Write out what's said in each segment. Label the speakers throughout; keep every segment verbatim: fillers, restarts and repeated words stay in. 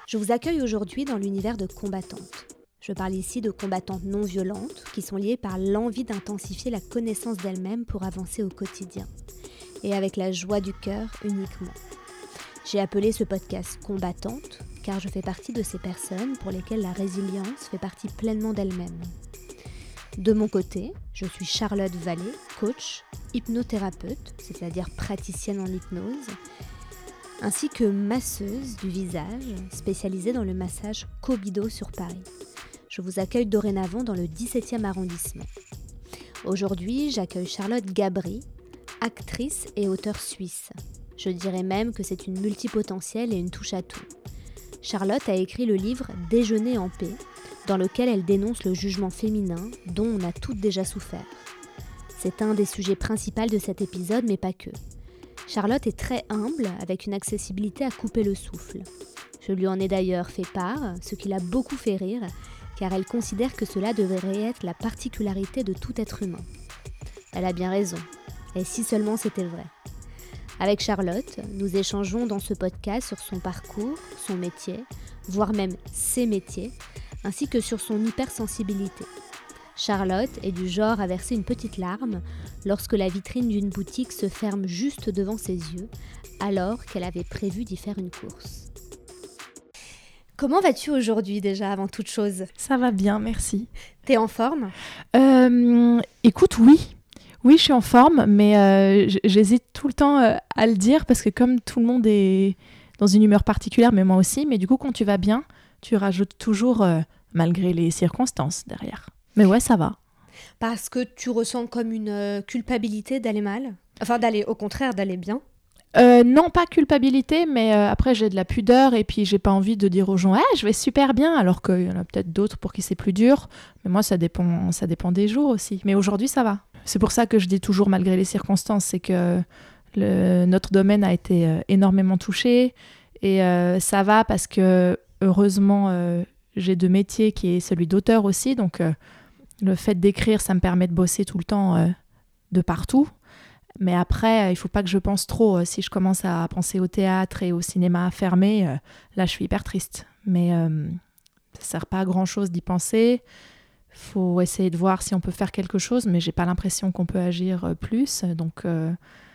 Speaker 1: Je vous accueille aujourd'hui dans l'univers de combattantes. Je parle ici de combattantes non violentes qui sont liées par l'envie d'intensifier la connaissance d'elles-mêmes pour avancer au quotidien. Et avec la joie du cœur uniquement. J'ai appelé ce podcast « Combattante » car je fais partie de ces personnes pour lesquelles la résilience fait partie pleinement d'elles-mêmes. De mon côté, je suis Charlotte Vallée, coach, hypnothérapeute, c'est-à-dire praticienne en hypnose, ainsi que masseuse du visage, spécialisée dans le massage Cobido sur Paris. Je vous accueille dorénavant dans le dix-septième arrondissement. Aujourd'hui, j'accueille Charlotte Gabry, actrice et auteure suisse. Je dirais même que c'est une multipotentielle et une touche à tout. Charlotte a écrit le livre « Déjeuner en paix », dans lequel elle dénonce le jugement féminin dont on a toutes déjà souffert. C'est un des sujets principaux de cet épisode, mais pas que. Charlotte est très humble, avec une accessibilité à couper le souffle. Je lui en ai d'ailleurs fait part, ce qui l'a beaucoup fait rire, car elle considère que cela devrait être la particularité de tout être humain. Elle a bien raison, et si seulement c'était vrai. Avec Charlotte, nous échangeons dans ce podcast sur son parcours, son métier, voire même ses métiers, ainsi que sur son hypersensibilité. Charlotte est du genre à verser une petite larme lorsque la vitrine d'une boutique se ferme juste devant ses yeux, alors qu'elle avait prévu d'y faire une course. Comment vas-tu aujourd'hui déjà, avant toute chose ?
Speaker 2: Ça va bien, merci.
Speaker 1: T'es en forme ?
Speaker 2: euh, Écoute, oui. Oui, je suis en forme, mais euh, j'hésite tout le temps euh, à le dire parce que comme tout le monde est dans une humeur particulière, mais moi aussi, mais du coup, quand tu vas bien, tu rajoutes toujours, euh, malgré les circonstances, derrière. Mais ouais, ça va.
Speaker 1: Parce que tu ressens comme une euh, culpabilité d'aller mal ? Enfin, d'aller, au contraire, d'aller bien ?
Speaker 2: Euh, non, pas culpabilité, mais euh, après j'ai de la pudeur et puis j'ai pas envie de dire aux gens hey, « je vais super bien », alors qu'il y en a peut-être d'autres pour qui c'est plus dur. Mais moi, ça dépend, ça dépend des jours aussi. Mais aujourd'hui, ça va. C'est pour ça que je dis toujours malgré les circonstances, c'est que le, notre domaine a été euh, énormément touché et euh, ça va parce que heureusement, euh, j'ai deux métiers qui est celui d'auteur aussi, donc euh, le fait d'écrire, ça me permet de bosser tout le temps euh, de partout. Mais après, il ne faut pas que je pense trop. Si je commence à penser au théâtre et au cinéma fermé, euh, là, je suis hyper triste. Mais euh, ça ne sert pas à grand-chose d'y penser. Il faut essayer de voir si on peut faire quelque chose, mais je n'ai pas l'impression qu'on peut agir plus. Donc, euh,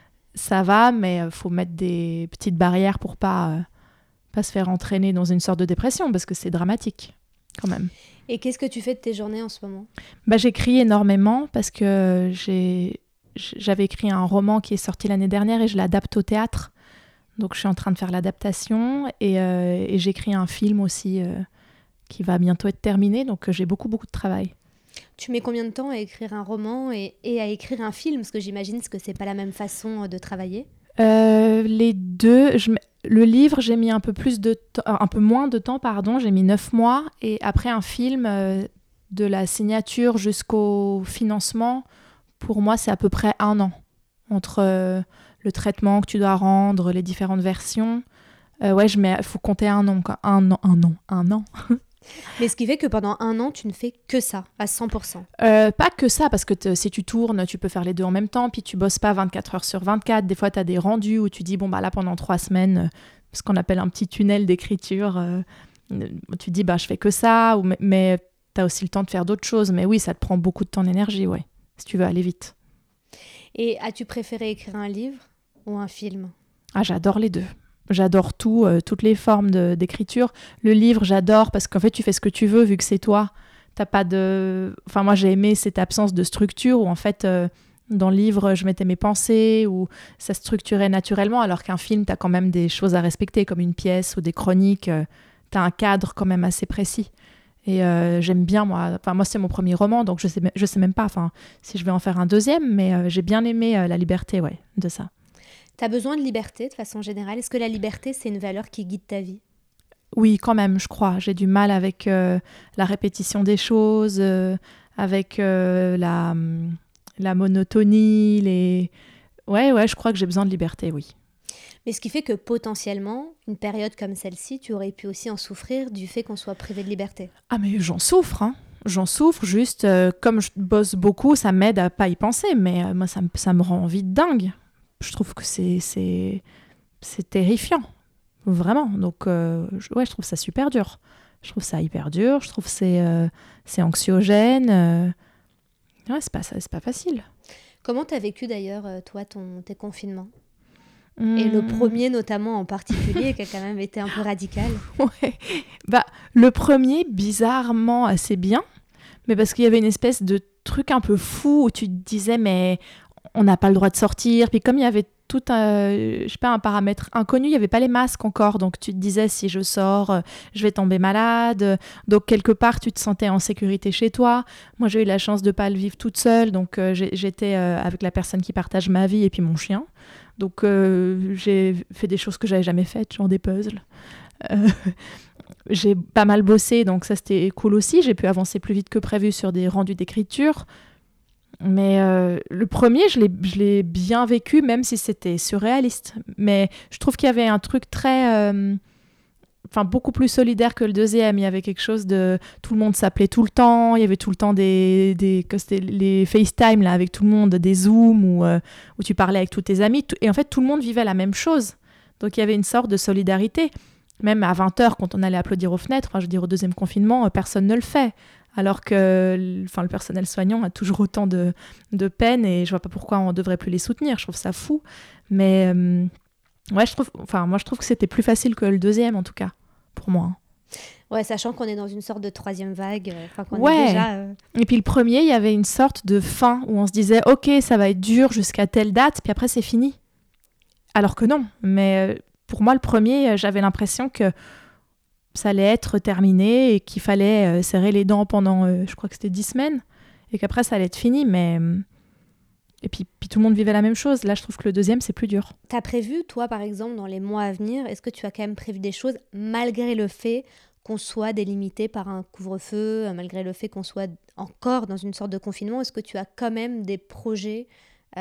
Speaker 2: ça va, mais il faut mettre des petites barrières pour ne pas, euh, pas se faire entraîner dans une sorte de dépression, parce que c'est dramatique, quand même.
Speaker 1: Et qu'est-ce que tu fais de tes journées en ce moment ?
Speaker 2: Bah, j'écris énormément, parce que j'ai... J'avais écrit un roman qui est sorti l'année dernière et je l'adapte au théâtre. Donc, je suis en train de faire l'adaptation et, euh, et j'écris un film aussi euh, qui va bientôt être terminé. Donc, euh, j'ai beaucoup, beaucoup de travail.
Speaker 1: Tu mets combien de temps à écrire un roman et, et à écrire un film ? Parce que j'imagine que c'est pas la même façon de travailler.
Speaker 2: Euh, les deux. Je, le livre, j'ai mis un peu, plus de t- un peu moins de temps, pardon. J'ai mis neuf mois. Et après, un film, euh, de la signature jusqu'au financement, pour moi, c'est à peu près un an. Entre euh, le traitement que tu dois rendre, les différentes versions. Euh, ouais, il faut compter un an, quoi. Un an, un an, un an.
Speaker 1: Mais ce qui fait que pendant un an, tu ne fais que ça, à cent pour cent.
Speaker 2: Euh, pas que ça, parce que te, si tu tournes, tu peux faire les deux en même temps, puis tu bosses pas vingt-quatre heures sur vingt-quatre. Des fois, tu as des rendus où tu dis, bon, bah là, pendant trois semaines, euh, ce qu'on appelle un petit tunnel d'écriture, euh, tu dis, bah, je fais que ça, ou, mais, mais tu as aussi le temps de faire d'autres choses. Mais oui, ça te prend beaucoup de temps d'énergie, ouais, si tu veux aller vite.
Speaker 1: Et as-tu préféré écrire un livre ou un film ?
Speaker 2: Ah, j'adore les deux. J'adore tout, euh, toutes les formes de, d'écriture. Le livre, j'adore parce qu'en fait, tu fais ce que tu veux vu que c'est toi. T'as pas de... Enfin, moi, j'ai aimé cette absence de structure où, en fait, euh, dans le livre, je mettais mes pensées ou ça structurait naturellement, alors qu'un film, t'as quand même des choses à respecter, comme une pièce ou des chroniques. Euh, t'as un cadre quand même assez précis. Et euh, j'aime bien, moi... Enfin, moi, c'est mon premier roman, donc je sais, je sais même pas enfin, si je vais en faire un deuxième, mais euh, j'ai bien aimé euh, la liberté, ouais, de ça.
Speaker 1: Tu as besoin de liberté de façon générale. Est-ce que la liberté, c'est une valeur qui guide ta vie ?
Speaker 2: Oui, quand même, je crois. J'ai du mal avec euh, la répétition des choses, euh, avec euh, la, la monotonie. Les... Ouais, ouais, je crois que j'ai besoin de liberté, oui.
Speaker 1: Mais ce qui fait que potentiellement, une période comme celle-ci, tu aurais pu aussi en souffrir du fait qu'on soit privé de liberté.
Speaker 2: Ah mais j'en souffre, hein. J'en souffre, juste euh, comme je bosse beaucoup, ça m'aide à pas y penser, mais euh, moi, ça, me- ça me rend envie de dingue. Je trouve que c'est, c'est, c'est terrifiant. Vraiment. Donc, euh, je, ouais, je trouve ça super dur. Je trouve ça hyper dur. Je trouve que c'est, euh, c'est anxiogène. Euh... Ouais, c'est pas, c'est pas facile.
Speaker 1: Comment t'as vécu d'ailleurs, euh, toi, ton, tes confinements ?
Speaker 2: Mmh.
Speaker 1: Et le premier notamment en particulier, qui a quand même été un peu radical.
Speaker 2: Ouais. Bah, le premier, bizarrement, assez bien. Mais parce qu'il y avait une espèce de truc un peu fou où tu te disais, mais on n'a pas le droit de sortir. Puis comme il y avait tout un, je sais pas, un paramètre inconnu, il n'y avait pas les masques encore. Donc tu te disais, si je sors, euh, je vais tomber malade. Donc quelque part, tu te sentais en sécurité chez toi. Moi, j'ai eu la chance de ne pas le vivre toute seule. Donc euh, j'ai, j'étais euh, avec la personne qui partage ma vie et puis mon chien. Donc euh, j'ai fait des choses que j'avais jamais faites, genre des puzzles. Euh, j'ai pas mal bossé, donc ça c'était cool aussi. J'ai pu avancer plus vite que prévu sur des rendus d'écriture. Mais euh, le premier, je l'ai, je l'ai bien vécu, même si c'était surréaliste. Mais je trouve qu'il y avait un truc très... Euh, enfin, beaucoup plus solidaire que le deuxième. Il y avait quelque chose de... Tout le monde s'appelait tout le temps. Il y avait tout le temps des... des que c'était les FaceTime là, avec tout le monde, des Zooms où, euh, où tu parlais avec tous tes amis. Et en fait, tout le monde vivait la même chose. Donc, il y avait une sorte de solidarité. Même à vingt heures, quand on allait applaudir aux fenêtres, enfin, je veux dire, au deuxième confinement, personne ne le fait. Alors que enfin, le personnel soignant a toujours autant de, de peine et je vois pas pourquoi on devrait plus les soutenir. Je trouve ça fou. Mais euh, ouais, je trouve, enfin, moi, je trouve que c'était plus facile que le deuxième, en tout cas, pour moi.
Speaker 1: Ouais, sachant qu'on est dans une sorte de troisième vague. Enfin, qu'on
Speaker 2: ouais.
Speaker 1: est déjà, euh...
Speaker 2: Et puis le premier, il y avait une sorte de fin où on se disait, ok, ça va être dur jusqu'à telle date, puis après, c'est fini. Alors que non. Mais euh, pour moi, le premier, j'avais l'impression que ça allait être terminé et qu'il fallait euh, serrer les dents pendant, euh, je crois que c'était dix semaines, et qu'après ça allait être fini, mais... Et puis, puis tout le monde vivait la même chose. Là, je trouve que le deuxième, c'est plus dur.
Speaker 1: T'as prévu, toi, par exemple, dans les mois à venir, est-ce que tu as quand même prévu des choses, malgré le fait qu'on soit délimité par un couvre-feu, malgré le fait qu'on soit encore dans une sorte de confinement, est-ce que tu as quand même des projets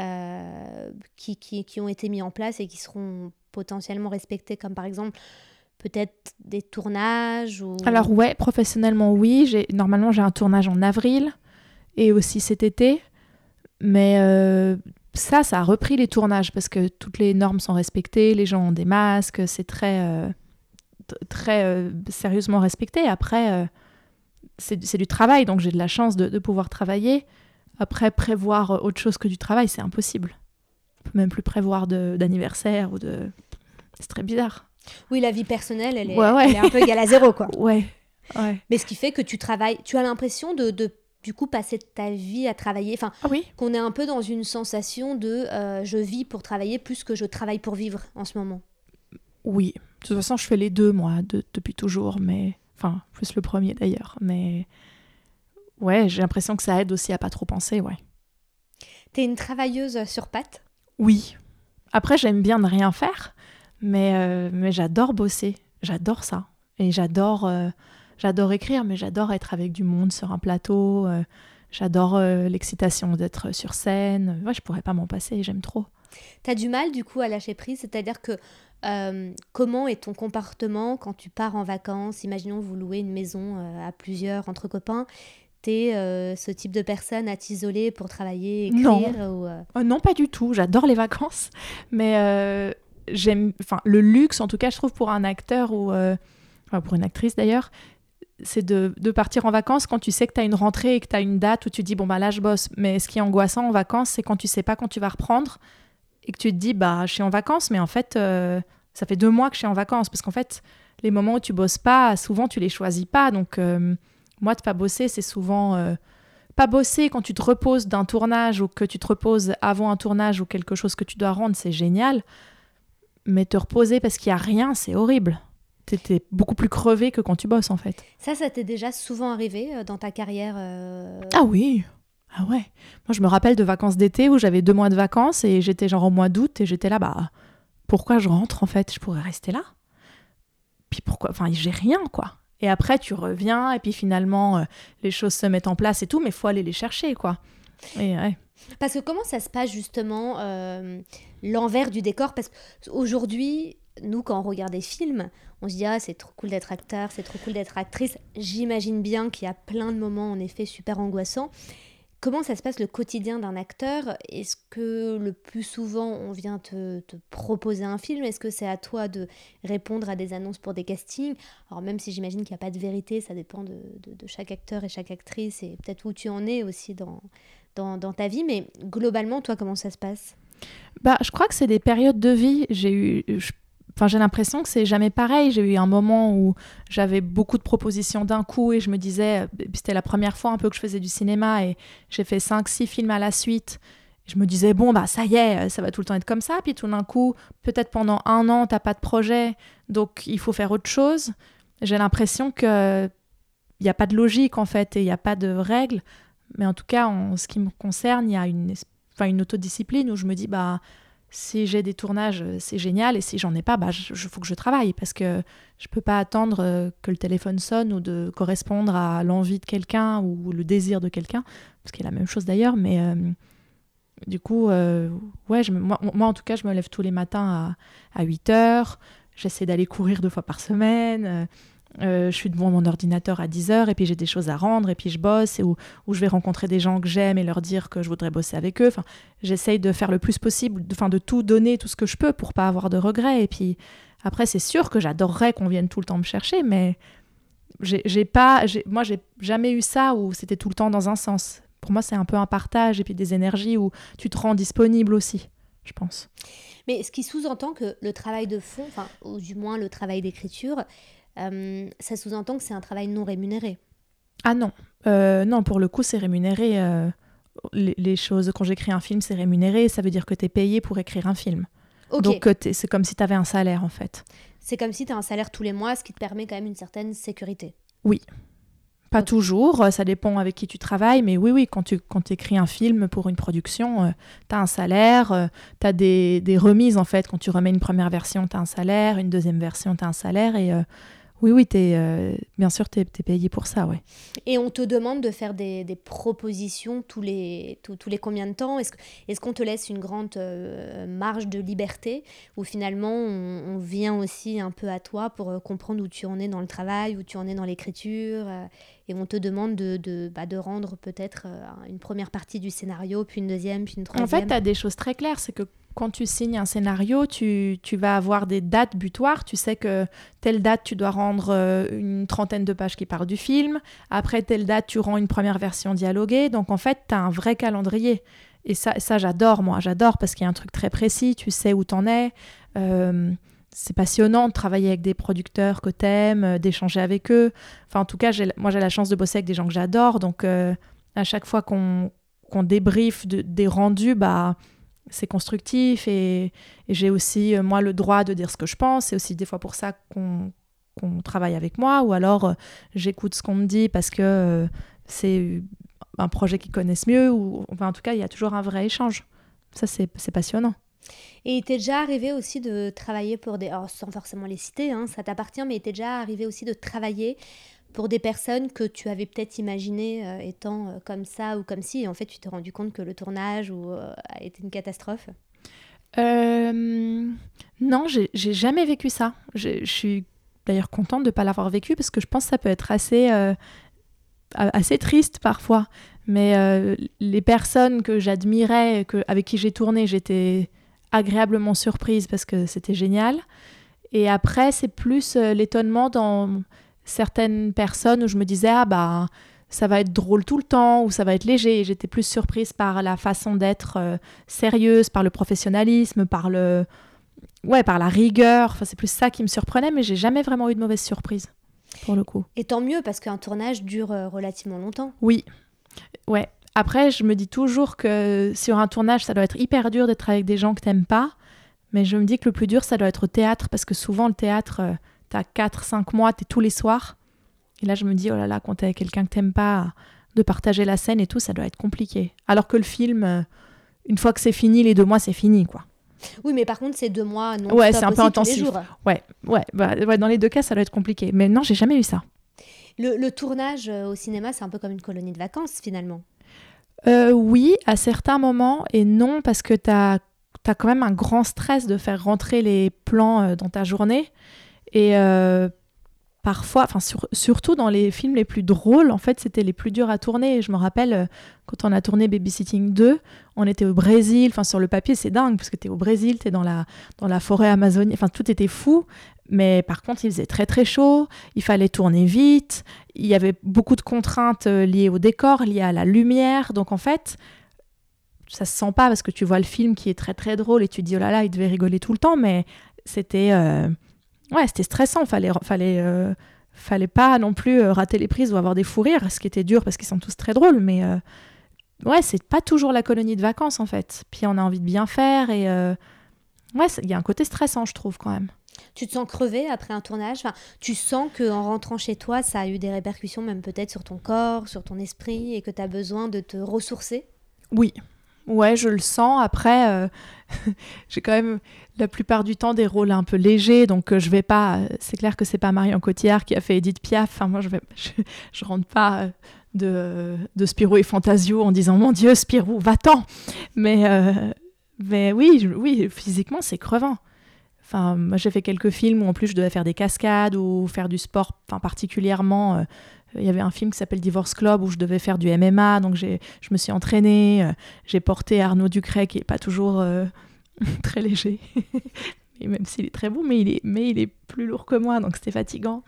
Speaker 1: euh, qui, qui, qui ont été mis en place et qui seront potentiellement respectés, comme par exemple... peut-être des tournages ou...
Speaker 2: Alors ouais, professionnellement oui. J'ai, normalement, j'ai un tournage en avril et aussi cet été. Mais euh, ça, ça a repris les tournages parce que toutes les normes sont respectées, les gens ont des masques, c'est très, euh, t- très euh, sérieusement respecté. Après, euh, c'est, c'est du travail, donc j'ai de la chance de, de pouvoir travailler. Après, prévoir autre chose que du travail, c'est impossible. On peut même plus prévoir de, d'anniversaire ou de... C'est très bizarre.
Speaker 1: Oui, la vie personnelle, elle est,
Speaker 2: ouais, ouais.
Speaker 1: elle est un peu égale à zéro, quoi.
Speaker 2: ouais, ouais.
Speaker 1: Mais ce qui fait que tu travailles... Tu as l'impression de, de du coup, passer ta vie à travailler. Enfin,
Speaker 2: ah oui.
Speaker 1: qu'on est un peu dans une sensation de euh, je vis pour travailler plus que je travaille pour vivre en ce moment.
Speaker 2: Oui. De toute façon, je fais les deux, moi, de, depuis toujours. Mais... Enfin, plus le premier, d'ailleurs. Mais... Ouais, j'ai l'impression que ça aide aussi à pas trop penser, ouais.
Speaker 1: T'es une travailleuse sur pattes ?
Speaker 2: Oui. Après, j'aime bien ne rien faire. Mais, euh, mais j'adore bosser, j'adore ça. Et j'adore, euh, j'adore écrire, mais j'adore être avec du monde sur un plateau. Euh, j'adore euh, l'excitation d'être sur scène. Ouais, je pourrais pas m'en passer, j'aime trop.
Speaker 1: T'as du mal du coup à lâcher prise, c'est-à-dire que euh, comment est ton comportement quand tu pars en vacances ? Imaginons vous louez une maison euh, à plusieurs entre copains. T'es euh, ce type de personne à t'isoler pour travailler, écrire
Speaker 2: Non,
Speaker 1: ou, euh...
Speaker 2: euh, non pas du tout. J'adore les vacances, mais... Euh... J'aime, enfin, le luxe, en tout cas, je trouve, pour un acteur ou euh, enfin, pour une actrice d'ailleurs, c'est de, de partir en vacances quand tu sais que tu as une rentrée et que tu as une date où tu te dis, bon, bah là, je bosse. Mais ce qui est angoissant en vacances, c'est quand tu sais pas quand tu vas reprendre et que tu te dis, bah, je suis en vacances, mais en fait, euh, ça fait deux mois que je suis en vacances. Parce qu'en fait, les moments où tu bosses pas, souvent, tu les choisis pas. Donc, euh, moi, de pas bosser, c'est souvent... Euh, pas bosser quand tu te reposes d'un tournage ou que tu te reposes avant un tournage ou quelque chose que tu dois rendre, c'est génial. Mais te reposer parce qu'il n'y a rien, c'est horrible. T'es beaucoup plus crevé que quand tu bosses, en fait.
Speaker 1: Ça, ça t'est déjà souvent arrivé dans ta carrière euh...
Speaker 2: Ah oui. Ah ouais. Moi, je me rappelle de vacances d'été où j'avais deux mois de vacances et j'étais genre au mois d'août et j'étais là, bah, pourquoi je rentre, en fait ? Je pourrais rester là. Puis pourquoi ? Enfin, j'ai rien, quoi. Et après, tu reviens et puis finalement, euh, les choses se mettent en place et tout, mais il faut aller les chercher, quoi. Et ouais.
Speaker 1: Parce que comment ça se passe justement euh, l'envers du décor ? Parce qu'aujourd'hui, nous, quand on regarde des films, on se dit « Ah, c'est trop cool d'être acteur, c'est trop cool d'être actrice ». J'imagine bien qu'il y a plein de moments, en effet, super angoissants. Comment ça se passe le quotidien d'un acteur? Est-ce que le plus souvent on vient te, te proposer un film? Est-ce que c'est à toi de répondre à des annonces pour des castings? Alors même si j'imagine qu'il n'y a pas de vérité, ça dépend de, de- de chaque acteur et chaque actrice et peut-être où tu en es aussi dans, dans, dans ta vie, mais globalement, toi, comment ça se passe?
Speaker 2: Bah, je crois que c'est des périodes de vie. J'ai eu, je- enfin, j'ai l'impression que c'est jamais pareil. J'ai eu un moment où j'avais beaucoup de propositions d'un coup et je me disais, euh, c'était la première fois un peu que je faisais du cinéma et j'ai fait cinq, six films à la suite. Je me disais, bon, bah, ça y est, ça va tout le temps être comme ça. Puis tout d'un coup, peut-être pendant un an, t'as pas de projet, donc il faut faire autre chose. J'ai l'impression que il n'y a pas de logique en fait et il n'y a pas de règles. Mais en tout cas, en ce qui me concerne, il y a une, es- enfin, une autodiscipline où je me dis, bah, si j'ai des tournages, euh, c'est génial. Et si j'en ai pas, bah, il faut que je travaille parce que je peux pas attendre euh, que le téléphone sonne ou de correspondre à l'envie de quelqu'un ou le désir de quelqu'un, ce qui est la même chose d'ailleurs. Mais euh, du coup, euh, ouais, je me- moi, moi, en tout cas, je me lève tous les matins à, à huit heures. J'essaie d'aller courir deux fois par semaine. euh, euh, je suis devant mon ordinateur à dix heures et puis j'ai des choses à rendre et puis je bosse et où, où je vais rencontrer des gens que j'aime et leur dire que je voudrais bosser avec eux. Enfin, j'essaye de faire le plus possible, de, enfin, de tout donner, tout ce que je peux pour pas avoir de regrets. Et puis après, c'est sûr que j'adorerais qu'on vienne tout le temps me chercher, mais j'ai, j'ai pas, j'ai, moi, j'ai jamais eu ça où c'était tout le temps dans un sens. Pour moi, c'est un peu un partage et puis des énergies où tu te rends disponible aussi, je pense.
Speaker 1: Mais ce qui sous-entend que le travail de fond, enfin, ou du moins le travail d'écriture, euh, ça sous-entend que c'est un travail non rémunéré.
Speaker 2: Ah non, Euh, non, pour le coup, c'est rémunéré. euh, les, les choses, quand j'écris un film, c'est rémunéré. Ça veut dire que tu es payé pour écrire un film.
Speaker 1: Ok,
Speaker 2: Donc, euh, t'es- c'est comme si tu avais un salaire, en fait.
Speaker 1: c'est comme si tu as un salaire tous les mois, ce qui te permet quand même une certaine sécurité.
Speaker 2: Oui, pas
Speaker 1: Ok.
Speaker 2: toujours. euh, Ça dépend avec qui tu travailles. Mais oui, oui, quand tu quand écris un film pour une production, tu as un salaire. Tu as des, des remises, en fait. Quand tu remets une première version, tu as un salaire. Une deuxième version, tu as un salaire. Et euh, oui, oui, t'es, euh, bien sûr, tu es payé pour ça, ouais.
Speaker 1: Et on te demande de faire des, des propositions tous les, tous, tous les combien de temps? Est-ce, que- est-ce qu'on te laisse une grande euh, marge de liberté ou finalement on, on vient aussi un peu à toi pour euh, comprendre où tu en es dans le travail, où tu en es dans l'écriture euh, et on te demande de, de, bah, de rendre peut-être euh, une première partie du scénario, puis une deuxième, puis une
Speaker 2: En fait,
Speaker 1: troisième.
Speaker 2: tu as des choses très claires. C'est que quand tu signes un scénario, tu, tu vas avoir des dates butoirs. Tu sais que telle date, tu dois rendre euh, une trentaine de pages qui parlent du film. Après, telle date, tu rends une première version dialoguée. Donc, en fait, tu as un vrai calendrier. Et ça, ça j'adore, moi. J'adore parce qu'il y a un truc très précis. Tu sais où t'en es. Euh, c'est passionnant de travailler avec des producteurs que t'aimes, euh, d'échanger avec eux. Enfin, en tout cas, j'ai, moi, j'ai la chance de bosser avec des gens que j'adore. Donc, euh, à chaque fois qu'on, qu'on débriefe de- des rendus, bah c'est constructif et, et j'ai aussi, euh, moi, le droit de dire ce que je pense. C'est aussi des fois pour ça qu'on, qu'on travaille avec moi ou alors euh, j'écoute ce qu'on me dit parce que euh, c'est un projet qu'ils connaissent mieux ou enfin, en tout cas, il y a toujours un vrai échange. Ça, c'est, c'est passionnant.
Speaker 1: Et il t'est déjà arrivé aussi de travailler pour des... Alors, sans forcément les citer, hein, ça t'appartient, mais il t'est déjà arrivé aussi de travailler pour des personnes que tu avais peut-être imaginées euh, étant euh, comme ça ou comme ci, et en fait tu t'es rendu compte que le tournage ou, euh, a été une catastrophe.
Speaker 2: Euh, non, j'ai, j'ai jamais vécu ça. J'ai- Je suis d'ailleurs contente de ne pas l'avoir vécu parce que je pense que ça peut être assez, euh, assez triste parfois. Mais euh, les personnes que j'admirais, que, avec qui j'ai tourné, j'étais agréablement surprise parce que c'était génial. Et après, c'est plus euh, l'étonnement dans certaines personnes où je me disais, ah bah, ça va être drôle tout le temps ou ça va être léger. Et j'étais plus surprise par la façon d'être euh, sérieuse, par le professionnalisme, par, le... ouais, par la rigueur. Enfin, c'est plus ça qui me surprenait, mais j'ai jamais vraiment eu de mauvaise surprise, pour le coup.
Speaker 1: Et tant mieux parce qu'un tournage dure euh, relativement longtemps.
Speaker 2: Oui, ouais. Après, je me dis toujours que sur un tournage, ça doit être hyper dur d'être avec des gens que t'aimes pas. Mais je me dis que le plus dur, ça doit être au théâtre, parce que souvent, le théâtre, euh, t'as quatre cinq mois, t'es tous les soirs. Et là, je me dis, oh là là, quand t'es avec quelqu'un que t'aimes pas, de partager la scène et tout, ça doit être compliqué. Alors que le film, euh, une fois que c'est fini, les deux mois, c'est fini, quoi.
Speaker 1: Oui, mais par contre, c'est deux mois non
Speaker 2: Ouais,
Speaker 1: stop
Speaker 2: c'est un peu
Speaker 1: aussi tous les
Speaker 2: intensif.
Speaker 1: jours.
Speaker 2: Ouais, ouais, bah, ouais, dans les deux cas, ça doit être compliqué. Mais non, j'ai jamais eu ça.
Speaker 1: Le, le tournage euh, au cinéma, c'est un peu comme une colonie de vacances finalement.
Speaker 2: Euh, oui, à certains moments, et non, parce que t'as, t'as quand même un grand stress de faire rentrer les plans euh, dans ta journée. Et euh, parfois, enfin sur, surtout dans les films les plus drôles, en fait, c'était les plus durs à tourner. Je me rappelle, euh, quand on a tourné Babysitting deux, on était au Brésil. Enfin, sur le papier, c'est dingue, parce que t'es au Brésil, t'es dans la, dans la forêt amazonienne. Enfin, tout était fou. Mais par contre, il faisait très, très chaud. Il fallait tourner vite. Il y avait beaucoup de contraintes euh, liées au décor, liées à la lumière. Donc, en fait, ça se sent pas, parce que tu vois le film qui est très, très drôle et tu te dis, oh là là, il devait rigoler tout le temps. Mais c'était... Euh, Ouais, c'était stressant, fallait, fallait, euh, fallait pas non plus euh, rater les prises ou avoir des fous rires, ce qui était dur parce qu'ils sont tous très drôles, mais euh, ouais, c'est pas toujours la colonie de vacances en fait. Puis on a envie de bien faire et euh, ouais, il y a un côté stressant, je trouve quand même.
Speaker 1: Tu te sens crevé après un tournage, enfin, tu sens qu'en rentrant chez toi, ça a eu des répercussions même peut-être sur ton corps, sur ton esprit et que tu as besoin de te ressourcer?
Speaker 2: Oui. Ouais, je le sens. Après, euh, j'ai quand même la plupart du temps des rôles un peu légers, donc euh, je vais pas. Euh, c'est clair que c'est pas Marion Cotillard qui a fait Edith Piaf. Enfin, moi, je vais, je, je rentre pas euh, de, de Spirou et Fantasio en disant mon Dieu, Spirou, va-t'en. Mais, euh, mais oui, je, oui, physiquement, c'est crevant. Enfin, moi, j'ai fait quelques films où en plus je devais faire des cascades ou faire du sport, enfin particulièrement. Euh, il y avait un film qui s'appelle Divorce Club où je devais faire du M M A, donc j'ai, je me suis entraînée. Euh, j'ai porté Arnaud Ducret, qui n'est pas toujours euh, très léger, et même s'il est très beau, mais il est, mais il est plus lourd que moi, donc c'était fatigant.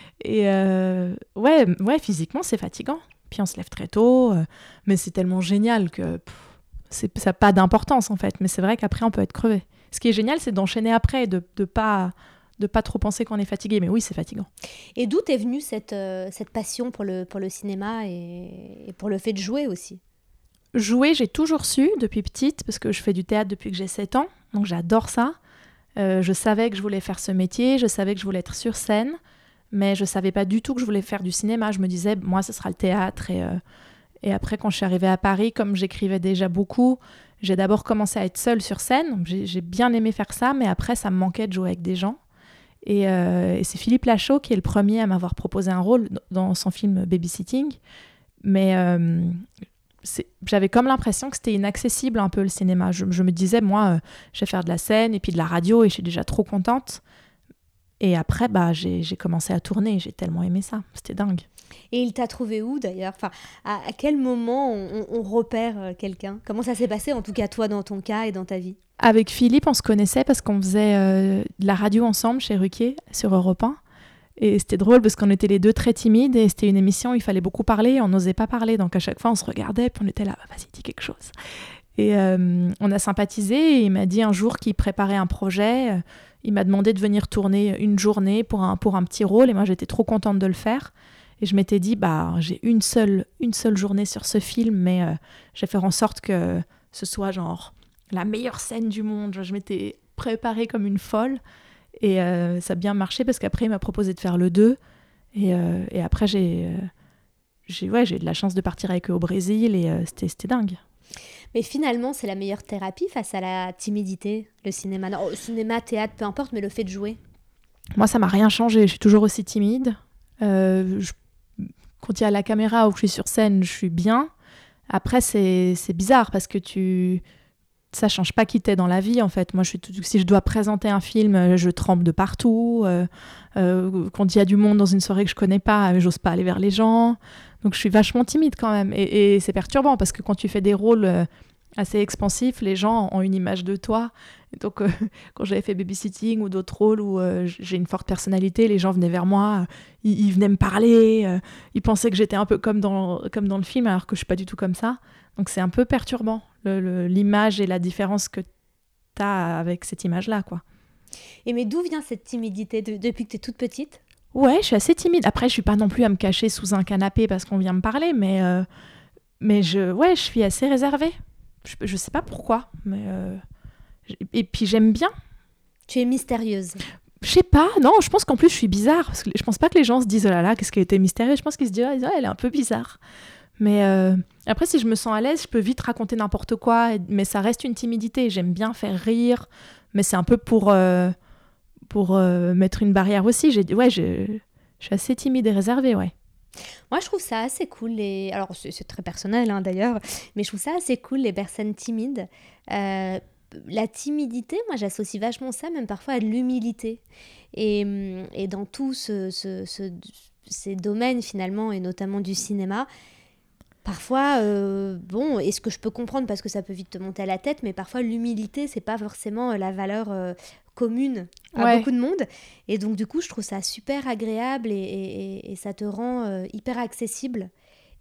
Speaker 2: Et euh, ouais, ouais, physiquement, c'est fatigant. Puis on se lève très tôt, euh, mais c'est tellement génial que pff, c'est, ça n'a pas d'importance en fait. Mais c'est vrai qu'après, on peut être crevé. Ce qui est génial, c'est d'enchaîner après, de ne pas... de pas trop penser qu'on est fatigué, mais oui, c'est fatigant.
Speaker 1: Et d'où t'es venue cette, euh, cette passion pour le, pour le cinéma et, et pour le fait de jouer aussi?
Speaker 2: Jouer, j'ai toujours su depuis petite, parce que je fais du théâtre depuis que j'ai sept ans, donc j'adore ça. Euh, je savais que je voulais faire ce métier, je savais que je voulais être sur scène, mais je savais pas du tout que je voulais faire du cinéma. Je me disais, moi, ce sera le théâtre. Et, euh, et après, quand je suis arrivée à Paris, comme j'écrivais déjà beaucoup, j'ai d'abord commencé à être seule sur scène. J'ai, j'ai bien aimé faire ça, mais après, ça me manquait de jouer avec des gens. Et, euh, et c'est Philippe Lachaud qui est le premier à m'avoir proposé un rôle dans son film Babysitting. Mais euh, c'est, j'avais comme l'impression que c'était inaccessible un peu le cinéma. Je, je me disais, moi, euh, je vais faire de la scène et puis de la radio et je suis déjà trop contente. Et après, bah, j'ai, j'ai commencé à tourner. J'ai tellement aimé ça. C'était dingue.
Speaker 1: Et il t'a trouvé où d'ailleurs? Enfin, à, à quel moment on, on repère quelqu'un? Comment ça s'est passé, en tout cas toi, dans ton cas et dans ta vie?
Speaker 2: Avec Philippe, on se connaissait parce qu'on faisait euh, de la radio ensemble chez Ruquier, sur Europe un. Et c'était drôle parce qu'on était les deux très timides et c'était une émission où il fallait beaucoup parler et on n'osait pas parler. Donc à chaque fois, on se regardait puis on était là, bah, vas-y, dis quelque chose. Et euh, on a sympathisé et il m'a dit un jour qu'il préparait un projet. Euh, il m'a demandé de venir tourner une journée pour un, pour un petit rôle et moi, j'étais trop contente de le faire. Et je m'étais dit, bah, j'ai une seule, une seule journée sur ce film, mais euh, je vais faire en sorte que ce soit genre la meilleure scène du monde. Je m'étais préparée comme une folle et euh, ça a bien marché parce qu'après, il m'a proposé de faire le deux. Et, euh, et après, j'ai, euh, j'ai, ouais, j'ai eu de la chance de partir avec eux au Brésil et euh, c'était, c'était dingue.
Speaker 1: Mais finalement, c'est la meilleure thérapie face à la timidité, le cinéma. Non, cinéma, théâtre, peu importe, mais le fait de jouer.
Speaker 2: Moi, ça m'a rien changé. Je suis toujours aussi timide. Euh, je Quand il y a la caméra ou que je suis sur scène, je suis bien. Après, c'est, c'est bizarre parce que tu... ça change pas qui t'es dans la vie, en fait. Moi, je suis tout... si je dois présenter un film, je tremble de partout. Euh, euh, quand il y a du monde dans une soirée que je connais pas, j'ose pas aller vers les gens. Donc, je suis vachement timide quand même. Et, et c'est perturbant parce que quand tu fais des rôles euh, assez expansifs, les gens ont une image de toi. Et donc, euh, quand j'avais fait Babysitting ou d'autres rôles où euh, j'ai une forte personnalité, les gens venaient vers moi, euh, ils, ils venaient me parler, euh, ils pensaient que j'étais un peu comme dans, comme dans le film, alors que je suis pas du tout comme ça. Donc, c'est un peu perturbant, le, le, l'image et la différence que tu as avec cette image-là, quoi.
Speaker 1: Et mais d'où vient cette timidité de, depuis que tu es toute petite?
Speaker 2: Ouais, je suis assez timide. Après, je suis pas non plus à me cacher sous un canapé parce qu'on vient me parler, mais, euh, mais je, ouais, je suis assez réservée. Je, je sais pas pourquoi, mais... Euh... Et puis j'aime bien.
Speaker 1: Tu es mystérieuse.
Speaker 2: Je sais pas, non, je pense qu'en plus je suis bizarre. Parce que je pense pas que les gens se disent oh là là, qu'est-ce qu'elle était mystérieuse. Je pense qu'ils se disent oh, elle est un peu bizarre. Mais euh, après, si je me sens à l'aise, je peux vite raconter n'importe quoi. Mais ça reste une timidité. J'aime bien faire rire. Mais c'est un peu pour, euh, pour euh, mettre une barrière aussi. J'ai, ouais, je, je suis assez timide et réservée, ouais.
Speaker 1: Moi, je trouve ça assez cool. Les... Alors, c'est, c'est très personnel hein, d'ailleurs. Mais je trouve ça assez cool, les personnes timides. Euh, la timidité, moi j'associe vachement ça même parfois à de l'humilité. Et, et dans tous ce, ce, ce, ces domaines finalement, et notamment du cinéma, parfois, euh, bon, et ce que je peux comprendre parce que ça peut vite te monter à la tête, mais parfois l'humilité, c'est pas forcément la valeur euh, commune à
Speaker 2: Ouais.
Speaker 1: beaucoup de monde. Et donc du coup, je trouve ça super agréable et, et, et ça te rend euh, hyper accessible.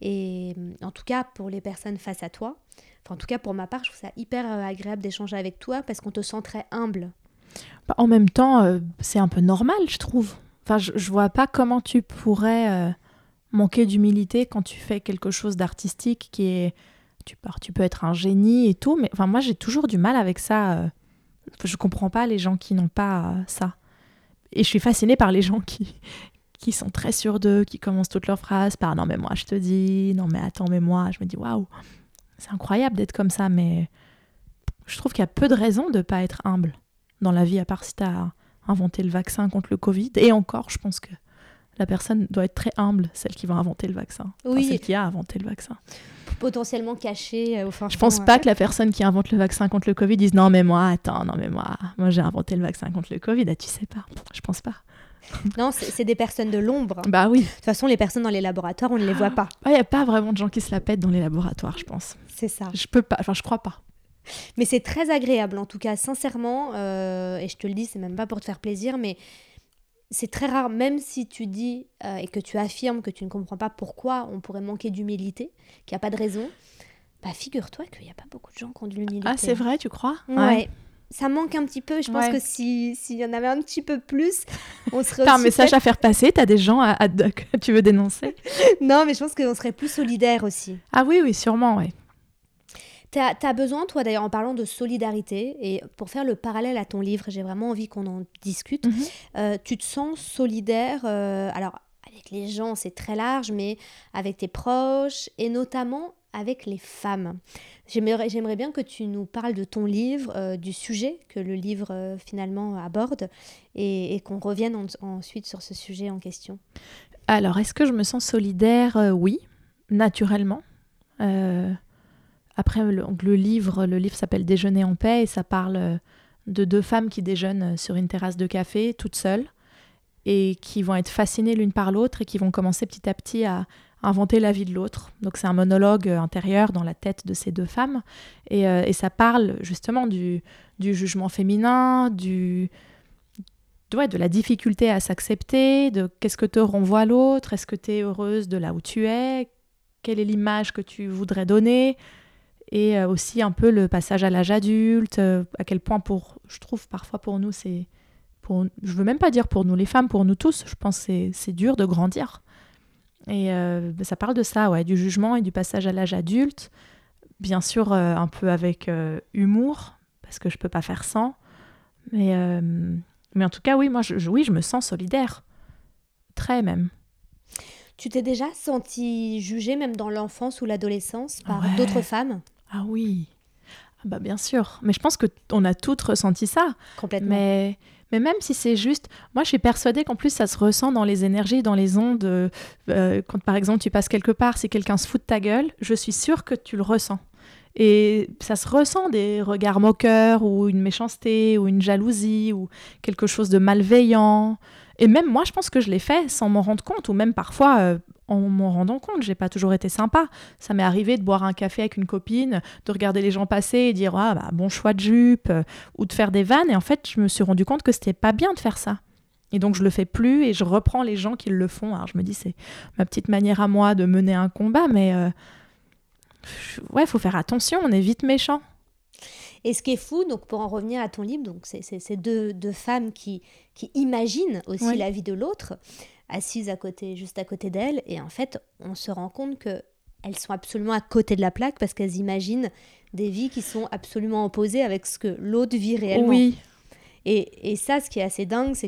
Speaker 1: Et en tout cas, pour les personnes face à toi, enfin en tout cas pour ma part, je trouve ça hyper euh, agréable d'échanger avec toi parce qu'on te sent très humble.
Speaker 2: Bah, en même temps, euh, c'est un peu normal, je trouve. Enfin, je, je vois pas comment tu pourrais euh, manquer d'humilité quand tu fais quelque chose d'artistique qui est... Tu, alors, tu peux être un génie et tout, mais enfin, moi, j'ai toujours du mal avec ça. euh. Je comprends pas les gens qui n'ont pas euh, ça. Et je suis fascinée par les gens qui, qui sont très sûrs d'eux, qui commencent toutes leurs phrases par « non, mais moi, je te dis »,« non, mais attends, mais moi ». Je me dis « waouh, c'est incroyable d'être comme ça », mais je trouve qu'il y a peu de raisons de pas être humble dans la vie, à part si tu as inventé le vaccin contre le Covid. Et encore, je pense que la personne doit être très humble, celle qui va inventer le vaccin.
Speaker 1: Oui.
Speaker 2: Enfin, celle qui a inventé le vaccin.
Speaker 1: Potentiellement caché euh, au fin
Speaker 2: Je
Speaker 1: fond,
Speaker 2: pense
Speaker 1: euh.
Speaker 2: pas que la personne qui invente le vaccin contre le Covid dise « non, mais moi, attends, non, mais moi, moi j'ai inventé le vaccin contre le Covid ». Ah, tu sais pas, je pense pas.
Speaker 1: Non, c'est, c'est des personnes de l'ombre.
Speaker 2: Bah oui.
Speaker 1: De toute façon, les personnes dans les laboratoires, on ne les voit pas.
Speaker 2: Il n'y a pas vraiment de gens qui se la pètent dans les laboratoires, je pense.
Speaker 1: C'est ça.
Speaker 2: Je peux pas, enfin, je crois pas.
Speaker 1: Mais c'est très agréable, en tout cas, sincèrement, euh, et je te le dis, c'est même pas pour te faire plaisir, mais c'est très rare, même si tu dis euh, et que tu affirmes que tu ne comprends pas pourquoi on pourrait manquer d'humilité, qu'il n'y a pas de raison, bah figure-toi qu'il n'y a pas beaucoup de gens qui ont de l'humilité.
Speaker 2: Ah, c'est vrai, tu crois ?
Speaker 1: Ouais. ouais. Ça manque un petit peu, je pense ouais. que si, s'il y en avait un petit peu plus, on serait
Speaker 2: T'as
Speaker 1: aussi...
Speaker 2: un message à faire passer, t'as des gens à, à, que tu veux dénoncer ?
Speaker 1: Non, mais je pense qu'on serait plus solidaires aussi.
Speaker 2: Ah oui, oui, sûrement, oui.
Speaker 1: T'as, t'as besoin, toi d'ailleurs, en parlant de solidarité, et pour faire le parallèle à ton livre, j'ai vraiment envie qu'on en discute, mm-hmm. euh, tu te sens solidaire, euh, alors avec les gens c'est très large, mais avec tes proches, et notamment avec les femmes. J'aimerais, j'aimerais bien que tu nous parles de ton livre, euh, du sujet que le livre euh, finalement aborde, et, et qu'on revienne en, ensuite sur ce sujet en question.
Speaker 2: Alors, est-ce que je me sens solidaire ? euh, Oui, naturellement. Euh... Après, le, le, livre, le livre s'appelle « Déjeuner en paix » et ça parle de deux femmes qui déjeunent sur une terrasse de café, toutes seules, et qui vont être fascinées l'une par l'autre et qui vont commencer petit à petit à inventer la vie de l'autre. Donc c'est un monologue intérieur dans la tête de ces deux femmes. Et, euh, et ça parle justement du, du jugement féminin, du, ouais, de la difficulté à s'accepter, de qu'est-ce que te renvoie l'autre, est-ce que tu es heureuse de là où tu es, quelle est l'image que tu voudrais donner ? Et aussi un peu le passage à l'âge adulte, euh, à quel point, pour, je trouve parfois pour nous, c'est, pour, je veux même pas dire pour nous les femmes, pour nous tous, je pense que c'est, c'est dur de grandir. Et euh, ça parle de ça, ouais, du jugement et du passage à l'âge adulte, bien sûr euh, un peu avec euh, humour, parce que je peux pas faire sans, mais, euh, mais en tout cas, oui, moi, je, je, oui, je me sens solidaire, très même.
Speaker 1: Tu t'es déjà sentie jugée, même dans l'enfance ou l'adolescence, par
Speaker 2: ouais.
Speaker 1: d'autres femmes ?
Speaker 2: Ah oui, ah bah bien sûr. Mais je pense qu'on a toutes ressenti ça.
Speaker 1: Complètement.
Speaker 2: Mais, mais même si c'est juste... Moi, je suis persuadée qu'en plus, ça se ressent dans les énergies, dans les ondes. Euh, quand, par exemple, tu passes quelque part, si quelqu'un se fout de ta gueule, je suis sûre que tu le ressens. Et ça se ressent des regards moqueurs ou une méchanceté ou une jalousie ou quelque chose de malveillant. Et même moi, je pense que je l'ai fait sans m'en rendre compte, ou même parfois euh, en m'en rendant compte. J'ai pas toujours été sympa. Ça m'est arrivé de boire un café avec une copine, de regarder les gens passer et dire ah, bah, bon choix de jupe, euh, ou de faire des vannes. Et en fait, je me suis rendu compte que c'était pas bien de faire ça. Et donc, je le fais plus et je reprends les gens qui le font. Alors, je me dis, c'est ma petite manière à moi de mener un combat, mais euh, ouais, faut faire attention, on est vite méchant.
Speaker 1: Et ce qui est fou, donc pour en revenir à ton livre, donc c'est, c'est, c'est deux, deux femmes qui, qui imaginent aussi oui. la vie de l'autre, assises à côté, juste à côté d'elles, et en fait, on se rend compte qu'elles sont absolument à côté de la plaque parce qu'elles imaginent des vies qui sont absolument opposées avec ce que l'autre vit réellement.
Speaker 2: Oui.
Speaker 1: Et, et ça, ce qui est assez dingue, c'est que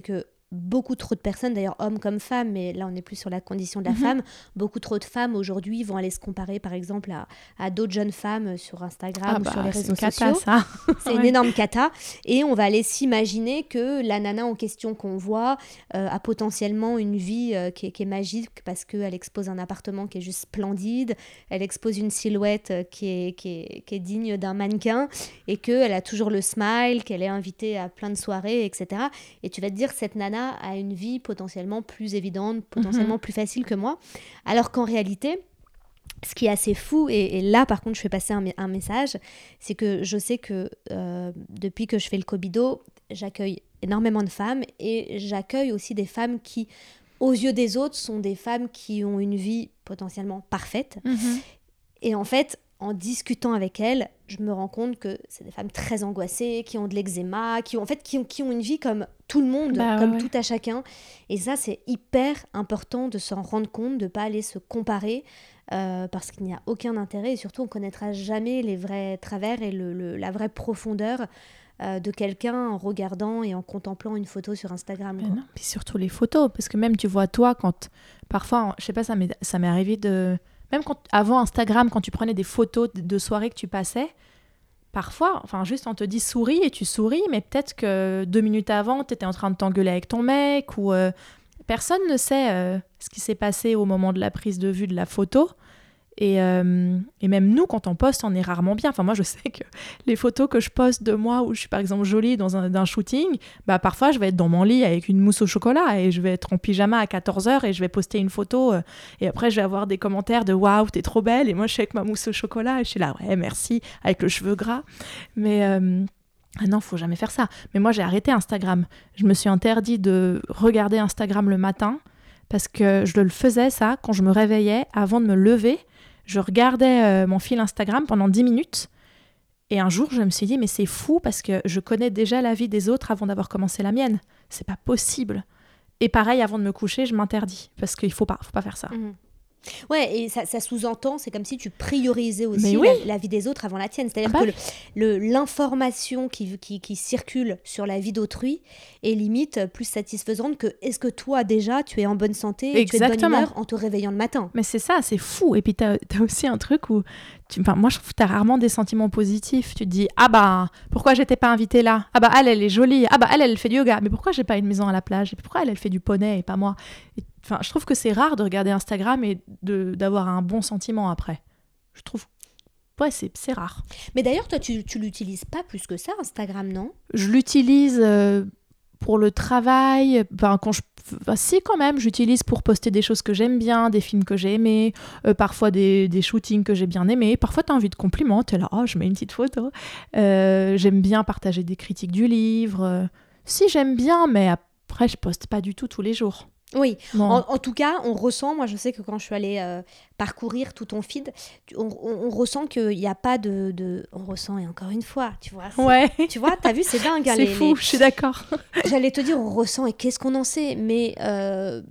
Speaker 1: beaucoup trop de personnes, d'ailleurs hommes comme femmes, mais là on n'est plus sur la condition de la mmh. femme, beaucoup trop de femmes aujourd'hui vont aller se comparer par exemple à, à d'autres jeunes femmes sur Instagram ah ou bah, sur les réseaux
Speaker 2: c'est
Speaker 1: sociaux.
Speaker 2: Cata, ça.
Speaker 1: C'est ouais. une énorme cata, et on va aller s'imaginer que la nana en question qu'on voit euh, a potentiellement une vie euh, qui, est, qui est magique parce qu'elle expose un appartement qui est juste splendide, elle expose une silhouette qui est, qui est, qui est digne d'un mannequin, et qu'elle a toujours le smile, qu'elle est invitée à plein de soirées, et cetera. Et tu vas te dire, cette nana a une vie potentiellement plus évidente, potentiellement mmh. plus facile que moi, alors qu'en réalité, ce qui est assez fou, et, et là par contre je fais passer un, un message, c'est que je sais que euh, depuis que je fais le Cobido, j'accueille énormément de femmes, et j'accueille aussi des femmes qui, aux yeux des autres, sont des femmes qui ont une vie potentiellement parfaite. Mmh. Et en fait, en discutant avec elles, je me rends compte que c'est des femmes très angoissées, qui ont de l'eczéma, qui ont, en fait, qui ont, qui ont une vie comme tout le monde, bah, comme ouais. tout à chacun. Et ça, c'est hyper important de s'en rendre compte, de ne pas aller se comparer, euh, parce qu'il n'y a aucun intérêt. Et surtout, on ne connaîtra jamais les vrais travers et le, le, la vraie profondeur euh, de quelqu'un en regardant et en contemplant une photo sur Instagram. Quoi.
Speaker 2: Non, puis surtout les photos, parce que même tu vois toi, quand parfois, je sais pas, ça m'est, ça m'est arrivé de... Même quand, avant Instagram, quand tu prenais des photos de soirées que tu passais, parfois, enfin juste on te dit souris et tu souris, mais peut-être que deux minutes avant, tu étais en train de t'engueuler avec ton mec, ou euh, personne ne sait euh, ce qui s'est passé au moment de la prise de vue de la photo. Et, euh, et même nous, quand on poste, on est rarement bien. Enfin, moi, je sais que les photos que je poste de moi, où je suis par exemple jolie dans un, d'un shooting, bah, parfois, je vais être dans mon lit avec une mousse au chocolat et je vais être en pyjama à quatorze heures et je vais poster une photo. Euh, et après, je vais avoir des commentaires de « Waouh, t'es trop belle !» Et moi, je suis avec ma mousse au chocolat et je suis là « Ouais, merci !» avec le cheveu gras. Mais... Euh, ah non, faut jamais faire ça. Mais moi, j'ai arrêté Instagram. Je me suis interdit de regarder Instagram le matin parce que je le faisais, ça, quand je me réveillais, avant de me lever. Je regardais euh, mon fil Instagram pendant dix minutes et un jour, je me suis dit, mais c'est fou parce que je connais déjà la vie des autres avant d'avoir commencé la mienne. C'est pas possible. Et pareil, avant de me coucher, je m'interdis parce qu'il faut pas, faut pas faire ça.
Speaker 1: Mmh. Ouais, et ça, ça sous-entend, c'est comme si tu priorisais aussi oui. la, la vie des autres avant la tienne. C'est-à-dire ah bah. que le, le, l'information qui, qui, qui circule sur la vie d'autrui est limite plus satisfaisante que est-ce que toi, déjà, tu es en bonne santé et tu es de bonne humeur en te réveillant le matin.
Speaker 2: Mais c'est ça, c'est fou. Et puis, t'as, t'as aussi un truc où... Tu, moi, je trouve que t'as rarement des sentiments positifs. Tu te dis, ah bah, pourquoi j'étais pas invitée là ? Ah bah, elle, elle est jolie. Ah bah, elle, elle fait du yoga. Mais pourquoi j'ai pas une maison à la plage ? Et pourquoi elle, elle fait du poney et pas moi ? et, Enfin, je trouve que c'est rare de regarder Instagram et de, d'avoir un bon sentiment après. Je trouve... Ouais, c'est, c'est rare.
Speaker 1: Mais d'ailleurs, toi, tu, tu l'utilises pas plus que ça, Instagram, non ?
Speaker 2: Je l'utilise... Euh, pour le travail, ben, quand je... Enfin, si quand même, j'utilise pour poster des choses que j'aime bien, des films que j'ai aimés, euh, parfois des, des shootings que j'ai bien aimés. Parfois, tu as envie de compliments, tu es là, oh, je mets une petite photo. Euh, j'aime bien partager des critiques du livre. Euh, si, j'aime bien, mais après, je poste pas du tout tous les jours.
Speaker 1: Oui, en, en tout cas, on ressent, moi je sais que quand je suis allée euh, parcourir tout ton feed, on, on, on ressent qu'il n'y a pas de, de... On ressent, et encore une fois, tu vois.
Speaker 2: Ouais.
Speaker 1: Tu vois, t'as vu, c'est dingue. Hein,
Speaker 2: c'est
Speaker 1: les,
Speaker 2: fou,
Speaker 1: les...
Speaker 2: je suis d'accord.
Speaker 1: J'allais te dire, on ressent, et qu'est-ce qu'on en sait ? Mais... Euh...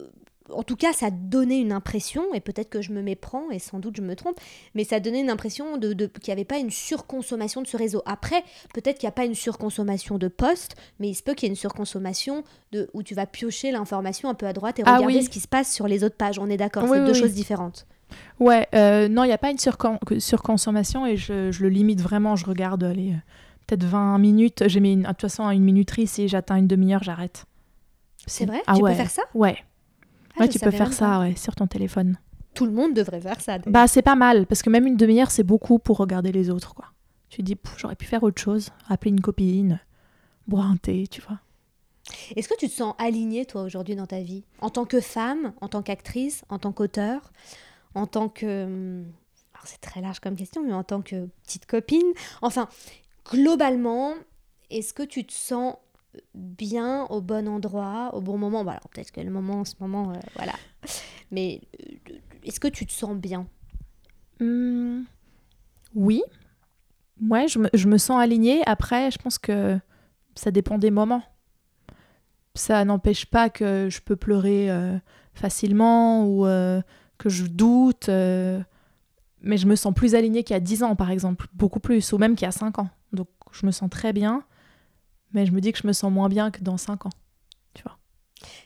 Speaker 1: En tout cas, ça donnait une impression, et peut-être que je me méprends, et sans doute je me trompe, mais ça donnait une impression de, de, qu'il n'y avait pas une surconsommation de ce réseau. Après, peut-être qu'il n'y a pas une surconsommation de posts, mais il se peut qu'il y ait une surconsommation de, où tu vas piocher l'information un peu à droite et ah regarder oui. ce qui se passe sur les autres pages. On est d'accord, oui, c'est oui, deux oui. choses différentes.
Speaker 2: Ouais, euh, non, il n'y a pas une surcon- surconsommation, et je, je le limite vraiment, je regarde les, peut-être vingt minutes, j'ai mis une, de toute façon une minuterie, si j'atteins une demi-heure, j'arrête.
Speaker 1: C'est, c'est vrai ?
Speaker 2: Ah
Speaker 1: tu
Speaker 2: ouais.
Speaker 1: peux faire ça ?
Speaker 2: Ouais.
Speaker 1: Ah,
Speaker 2: ouais, tu peux faire ça ouais, sur ton téléphone.
Speaker 1: Tout le monde devrait faire ça. D'ailleurs.
Speaker 2: Bah, c'est pas mal, parce que même une demi-heure, c'est beaucoup pour regarder les autres, quoi. Tu te dis, j'aurais pu faire autre chose, appeler une copine, boire un thé, tu vois.
Speaker 1: Est-ce que tu te sens alignée, toi, aujourd'hui, dans ta vie ? En tant que femme, en tant qu'actrice, en tant qu'auteur, en tant que... Alors, c'est très large comme question, mais en tant que petite copine. Enfin, globalement, est-ce que tu te sens... bien au bon endroit, au bon moment. Bon, alors peut-être que le moment en ce moment, euh, voilà. Mais euh, est-ce que tu te sens bien ?
Speaker 2: mmh, Oui. Ouais, je me, je me sens alignée. Après, je pense que ça dépend des moments. Ça n'empêche pas que je peux pleurer euh, facilement ou euh, que je doute. Euh, mais je me sens plus alignée qu'il y a dix ans, par exemple. Beaucoup plus, ou même qu'il y a cinq ans. Donc, je me sens très bien. Mais je me dis que je me sens moins bien que dans cinq ans, tu vois.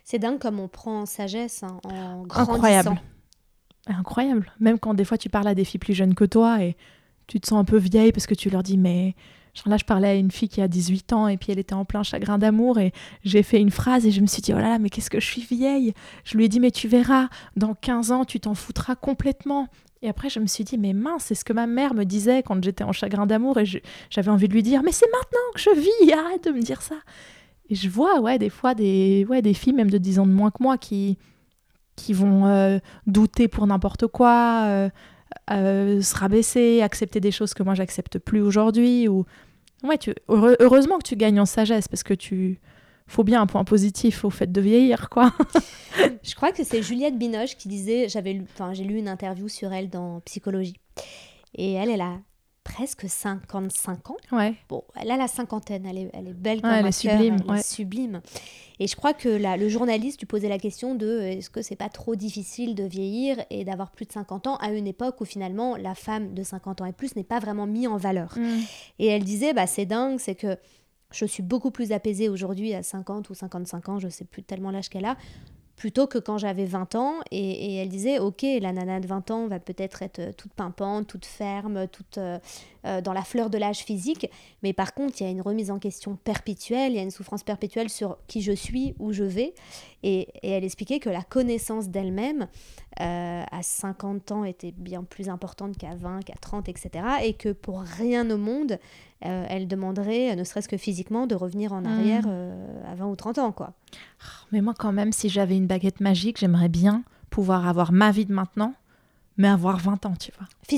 Speaker 1: C'est dingue comme on prend en sagesse, hein, en grandissant.
Speaker 2: Incroyable. Incroyable. Même quand des fois tu parles à des filles plus jeunes que toi et tu te sens un peu vieille parce que tu leur dis mais... Genre là je parlais à une fille qui a dix-huit ans et puis elle était en plein chagrin d'amour et j'ai fait une phrase et je me suis dit oh là là mais qu'est-ce que je suis vieille. Je lui ai dit mais tu verras, dans quinze ans tu t'en foutras complètement. Et après je me suis dit mais mince, c'est ce que ma mère me disait quand j'étais en chagrin d'amour et je, j'avais envie de lui dire mais c'est maintenant que je vis, arrête de me dire ça. Et je vois ouais des fois des, ouais, des filles même de dix ans de moins que moi qui, qui vont euh, douter pour n'importe quoi, euh, Euh, se rabaisser, accepter des choses que moi j'accepte plus aujourd'hui ou ouais tu heureux, heureusement que tu gagnes en sagesse parce que tu faut bien un point positif au fait de vieillir quoi.
Speaker 1: Je crois que c'est Juliette Binoche qui disait, j'avais lu, enfin j'ai lu une interview sur elle dans Psychologie et elle elle a presque cinquante-cinq ans.
Speaker 2: Ouais.
Speaker 1: Bon, elle a la cinquantaine, elle est, elle est belle comme
Speaker 2: ouais,
Speaker 1: un
Speaker 2: elle est
Speaker 1: cœur,
Speaker 2: sublime,
Speaker 1: elle
Speaker 2: ouais.
Speaker 1: est sublime. Et je crois que la, le journaliste lui posait la question de est-ce que c'est pas trop difficile de vieillir et d'avoir plus de cinquante ans à une époque où finalement la femme de cinquante ans et plus n'est pas vraiment mise en valeur. Mm. Et elle disait, bah, c'est dingue, c'est que je suis beaucoup plus apaisée aujourd'hui à cinquante ou cinquante-cinq ans, je sais plus tellement l'âge qu'elle a, plutôt que quand j'avais vingt ans. Et, et elle disait, ok, la nana de vingt ans va peut-être être toute pimpante, toute ferme, toute euh, euh, dans la fleur de l'âge physique. Mais par contre, il y a une remise en question perpétuelle, il y a une souffrance perpétuelle sur qui je suis, où je vais. Et, et elle expliquait que la connaissance d'elle-même euh, à cinquante ans était bien plus importante qu'à vingt, qu'à trente, et cetera. Et que pour rien au monde, euh, elle demanderait, ne serait-ce que physiquement, de revenir en arrière euh, à vingt ou trente ans, quoi.
Speaker 2: Mais moi, quand même, si j'avais une baguette magique, j'aimerais bien pouvoir avoir ma vie de maintenant, mais avoir vingt ans, tu vois.
Speaker 1: Physiquement ?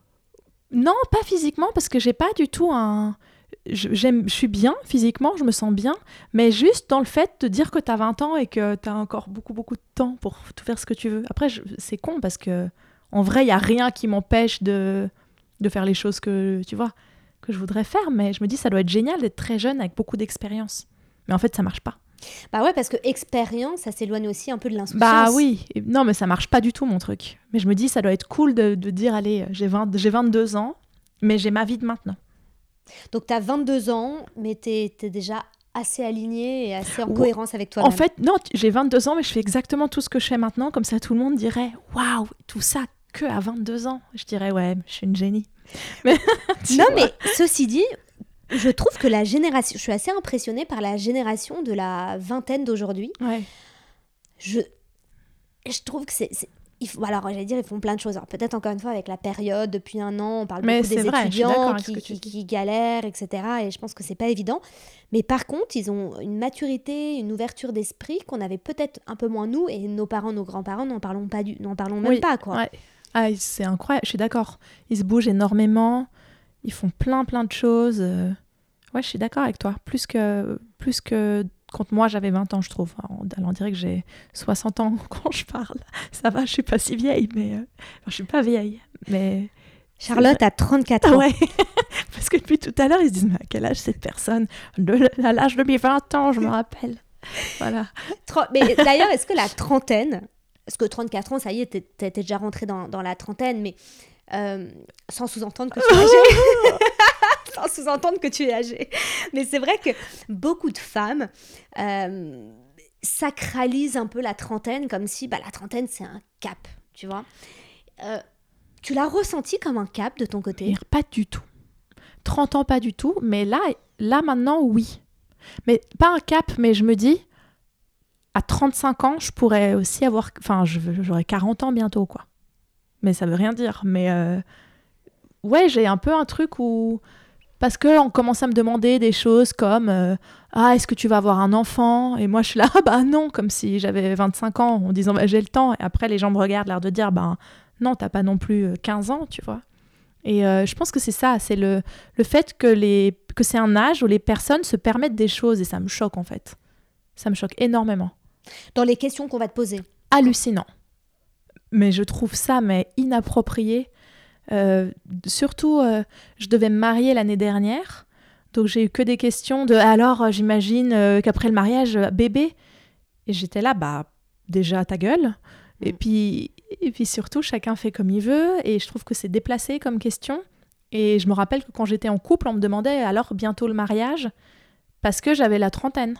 Speaker 2: Non, pas physiquement, parce que j'ai pas du tout un... Je, j'aime, je suis bien physiquement, je me sens bien, mais juste dans le fait de dire que tu as vingt ans et que tu as encore beaucoup, beaucoup de temps pour tout faire ce que tu veux. Après, je, c'est con parce que en vrai, il n'y a rien qui m'empêche de, de faire les choses que, tu vois, que je voudrais faire, mais je me dis ça doit être génial d'être très jeune avec beaucoup d'expérience. Mais en fait, ça marche pas.
Speaker 1: Bah ouais, parce que expérience, ça s'éloigne aussi un peu de l'insouciance.
Speaker 2: Bah oui, non mais ça marche pas du tout mon truc. Mais je me dis ça doit être cool de, de dire allez, j'ai, vingt, j'ai vingt-deux ans, mais j'ai ma vie de maintenant.
Speaker 1: Donc t'as vingt-deux ans, mais t'es, t'es déjà assez alignée et assez en ouais. cohérence avec toi-même.
Speaker 2: En fait, non, j'ai vingt-deux ans, mais je fais exactement tout ce que je fais maintenant, comme ça tout le monde dirait waouh, tout ça que à vingt-deux ans. Je dirais ouais, je suis une génie. Mais,
Speaker 1: non vois. Mais ceci dit... Je trouve que la génération... Je suis assez impressionnée par la génération de la vingtaine d'aujourd'hui.
Speaker 2: Ouais.
Speaker 1: Je, je trouve que c'est... c'est... Il faut... Alors, j'allais dire, ils font plein de choses. Alors, peut-être, encore une fois, avec la période, depuis un an, on parle
Speaker 2: mais
Speaker 1: beaucoup des
Speaker 2: vrai,
Speaker 1: étudiants qui, qui, qui galèrent, et cetera. Et je pense que c'est pas évident. Mais par contre, ils ont une maturité, une ouverture d'esprit qu'on avait peut-être un peu moins nous. Et nos parents, nos grands-parents, n'en parlons, pas du... n'en parlons même
Speaker 2: oui,
Speaker 1: pas, quoi.
Speaker 2: Ouais. Ah, c'est incroyable, je suis d'accord. Ils se bougent énormément. Ils font plein, plein de choses. Euh... Ouais, je suis d'accord avec toi. Plus que, plus que quand moi, j'avais vingt ans, je trouve. Alors, on dirait que j'ai soixante ans quand je parle. Ça va, je suis pas si vieille, mais... Euh... Enfin, je suis pas vieille, mais...
Speaker 1: Charlotte a trente-quatre ans.
Speaker 2: Ouais, parce que depuis tout à l'heure, ils se disent, mais à quel âge cette personne ? De, à l'âge de mes vingt ans, je me rappelle. Voilà.
Speaker 1: Mais d'ailleurs, est-ce que la trentaine... Parce que trente-quatre ans, ça y est, t'es, t'es déjà rentrée dans, dans la trentaine, mais euh, sans sous-entendre que tu es âgée. Sans sous-entendre que tu es âgée. Mais c'est vrai que beaucoup de femmes euh, sacralisent un peu la trentaine comme si bah, la trentaine, c'est un cap, tu vois. Euh, tu l'as ressenti comme un cap de ton côté ?
Speaker 2: Pas du tout. trente ans, pas du tout. Mais là, là, maintenant, oui. Mais pas un cap, mais je me dis... À trente-cinq ans, je pourrais aussi avoir... Enfin, je, j'aurai quarante ans bientôt, quoi. Mais ça veut rien dire. Mais euh, ouais, j'ai un peu un truc où... Parce qu'on commence à me demander des choses comme euh, « Ah, est-ce que tu vas avoir un enfant ?» Et moi, je suis là « Ah bah non !» Comme si j'avais vingt-cinq ans en disant bah, « J'ai le temps !» Et après, les gens me regardent, l'air de dire bah, « Non, t'as pas non plus quinze ans, tu vois. » Et euh, je pense que c'est ça, c'est le, le fait que, les, que c'est un âge où les personnes se permettent des choses. Et ça me choque, en fait. Ça me choque énormément.
Speaker 1: Dans les questions qu'on va te poser.
Speaker 2: Hallucinant. Mais je trouve ça mais inapproprié. Euh, surtout, euh, je devais me marier l'année dernière. Donc, j'ai eu que des questions de « Alors, euh, j'imagine euh, qu'après le mariage, euh, bébé ?» Et j'étais là, bah, déjà, ta gueule. Mmh. Et, puis, et puis surtout, chacun fait comme il veut. Et je trouve que c'est déplacé comme question. Et je me rappelle que quand j'étais en couple, on me demandait « Alors, bientôt le mariage ?» Parce que j'avais la trentaine.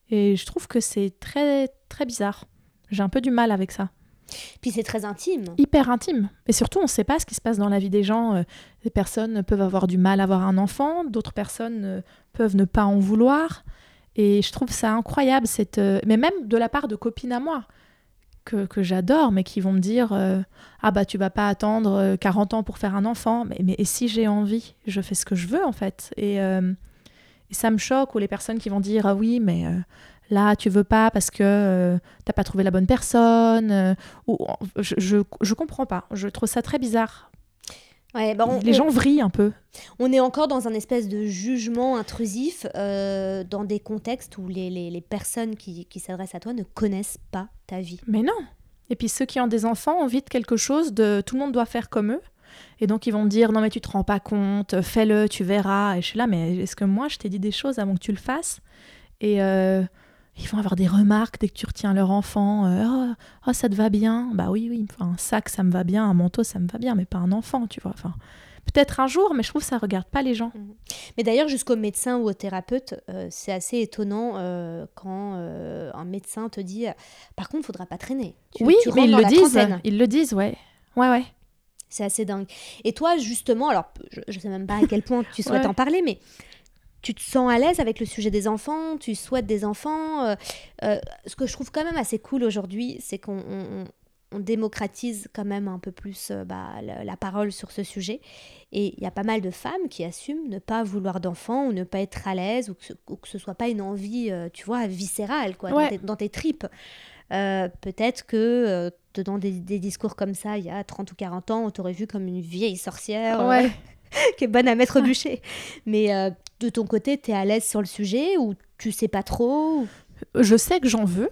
Speaker 2: Et je trouve que c'est très, très bizarre. J'ai un peu du mal avec ça.
Speaker 1: Puis c'est très intime.
Speaker 2: Hyper intime. Et surtout, on ne sait pas ce qui se passe dans la vie des gens. Euh, Des personnes peuvent avoir du mal à avoir un enfant, d'autres personnes euh, peuvent ne pas en vouloir. Et je trouve ça incroyable, cette, euh, mais même de la part de copines à moi, que, que j'adore, mais qui vont me dire euh, ah bah tu vas pas attendre euh, quarante ans pour faire un enfant. Mais, mais et si j'ai envie, je fais ce que je veux en fait. Et, euh, et ça me choque, ou les personnes qui vont dire ah oui, mais euh, là tu veux pas parce que euh, t'as pas trouvé la bonne personne. euh, ou, je, je, je comprends pas. Je trouve ça très bizarre.
Speaker 1: Ouais, bah on,
Speaker 2: Les gens vrillent un peu.
Speaker 1: on est encore dans un espèce de jugement intrusif euh, dans des contextes où les, les, les personnes qui, qui s'adressent à toi ne connaissent pas ta vie.
Speaker 2: Mais non. Et puis ceux qui ont des enfants ont vite quelque chose de tout le monde doit faire comme eux. Et donc ils vont me dire non mais tu te rends pas compte, fais-le, tu verras. Et je suis là, mais est-ce que moi je t'ai dit des choses avant que tu le fasses? Et euh, ils vont avoir des remarques dès que tu retiens leur enfant. Euh, oh, oh, ça te va bien? Bah oui, oui. Enfin, un sac ça me va bien, un manteau ça me va bien, mais pas un enfant, tu vois. Enfin, peut-être un jour, mais je trouve que ça regarde pas les gens.
Speaker 1: Mais d'ailleurs, jusqu'au médecin ou au thérapeute, euh, c'est assez étonnant euh, quand euh, un médecin te dit euh, par contre, il ne faudra pas traîner. Tu,
Speaker 2: Oui,
Speaker 1: tu
Speaker 2: mais
Speaker 1: rentres
Speaker 2: ils
Speaker 1: dans
Speaker 2: le
Speaker 1: la
Speaker 2: disent.
Speaker 1: trentaine.
Speaker 2: Ils le disent, ouais. Ouais, ouais.
Speaker 1: C'est assez dingue. Et toi, justement, alors je ne sais même pas à quel point tu souhaites
Speaker 2: Ouais.
Speaker 1: en parler, mais tu te sens à l'aise avec le sujet des enfants, tu souhaites des enfants. euh, euh, ce que je trouve quand même assez cool aujourd'hui, c'est qu'on on- on démocratise quand même un peu plus euh, bah, la, la parole sur ce sujet. Et il y a pas mal de femmes qui assument ne pas vouloir d'enfants ou ne pas être à l'aise ou que ce, ou que ce soit pas une envie, euh, tu vois, viscérale, quoi, dans,
Speaker 2: Ouais.
Speaker 1: tes, dans tes tripes. Euh, peut-être que euh, dans des, des discours comme ça, il y a trente ou quarante ans, on t'aurait vu comme une vieille sorcière euh,
Speaker 2: Ouais.
Speaker 1: qui est bonne à mettre au bûcher. Mais euh, de ton côté, tu es à l'aise sur le sujet ou tu sais pas trop ou...
Speaker 2: Je sais que j'en veux,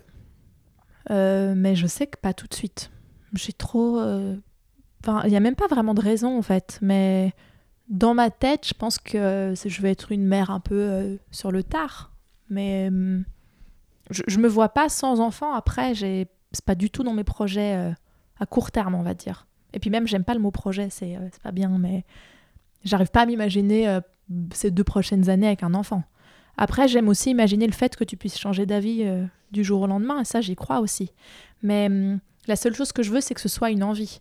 Speaker 2: euh, mais je sais que pas tout de suite. J'ai trop... euh, Enfin, il n'y a même pas vraiment de raison, en fait. Mais dans ma tête, je pense que c'est- je vais être une mère un peu euh, sur le tard. Mais euh, je, je me vois pas sans enfant. Après, j'ai... c'est pas du tout dans mes projets euh, à court terme, on va dire. Et puis même, j'aime pas le mot projet, c'est, euh, c'est pas bien, mais j'arrive pas à m'imaginer euh, ces deux prochaines années avec un enfant. Après, j'aime aussi imaginer le fait que tu puisses changer d'avis euh, du jour au lendemain, et ça, j'y crois aussi. Mais hum, la seule chose que je veux, c'est que ce soit une envie.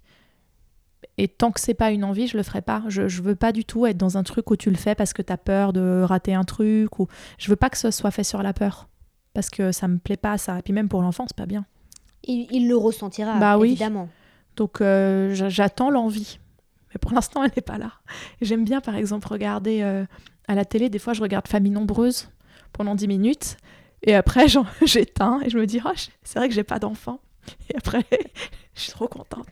Speaker 2: Et tant que c'est pas une envie, je le ferai pas. Je, je veux pas du tout être dans un truc où tu le fais parce que t'as peur de rater un truc. Ou... Je veux pas que ce soit fait sur la peur. Parce que ça me plaît pas, ça. Et puis même pour l'enfant, c'est pas bien.
Speaker 1: Il, il le ressentira,
Speaker 2: Bah oui.
Speaker 1: évidemment.
Speaker 2: Donc euh, j'a- j'attends l'envie. Mais pour l'instant, elle n'est pas là. Et j'aime bien, par exemple, regarder euh, à la télé. Des fois, je regarde Famille nombreuse pendant dix minutes. Et après, j'en- j'éteins et je me dis, oh, c'est vrai que j'ai pas d'enfant. Et après, je suis trop contente.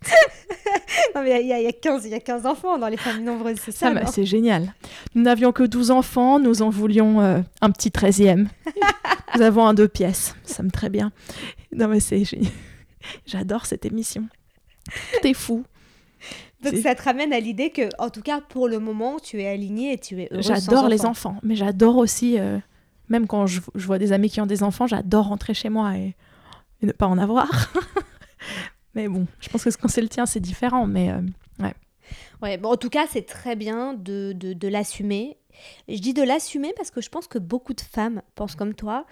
Speaker 1: Non, mais il y, a- il y a quinze, il y a quinze enfants dans les familles nombreuses, c'est ça,
Speaker 2: Ça, m'a-
Speaker 1: non
Speaker 2: c'est génial. Nous n'avions que douze enfants, nous en voulions euh, un petit treizième. Nous avons un deux pièces, ça me très bien. Non mais c'est génial. J'adore cette émission. Tout est fou.
Speaker 1: Donc
Speaker 2: C'est-
Speaker 1: ça te ramène à l'idée que, en tout cas, pour le moment, tu es alignée et tu es heureuse sans
Speaker 2: J'adore les
Speaker 1: enfants.
Speaker 2: enfants, mais j'adore aussi, euh, même quand je, je vois des amis qui ont des enfants, j'adore rentrer chez moi et, et ne pas en avoir. Mais bon, je pense que quand c'est le tien, c'est différent. Mais euh, ouais.
Speaker 1: Ouais, bon, en tout cas, c'est très bien de, de, de l'assumer. Je dis de l'assumer parce que je pense que beaucoup de femmes pensent comme toi.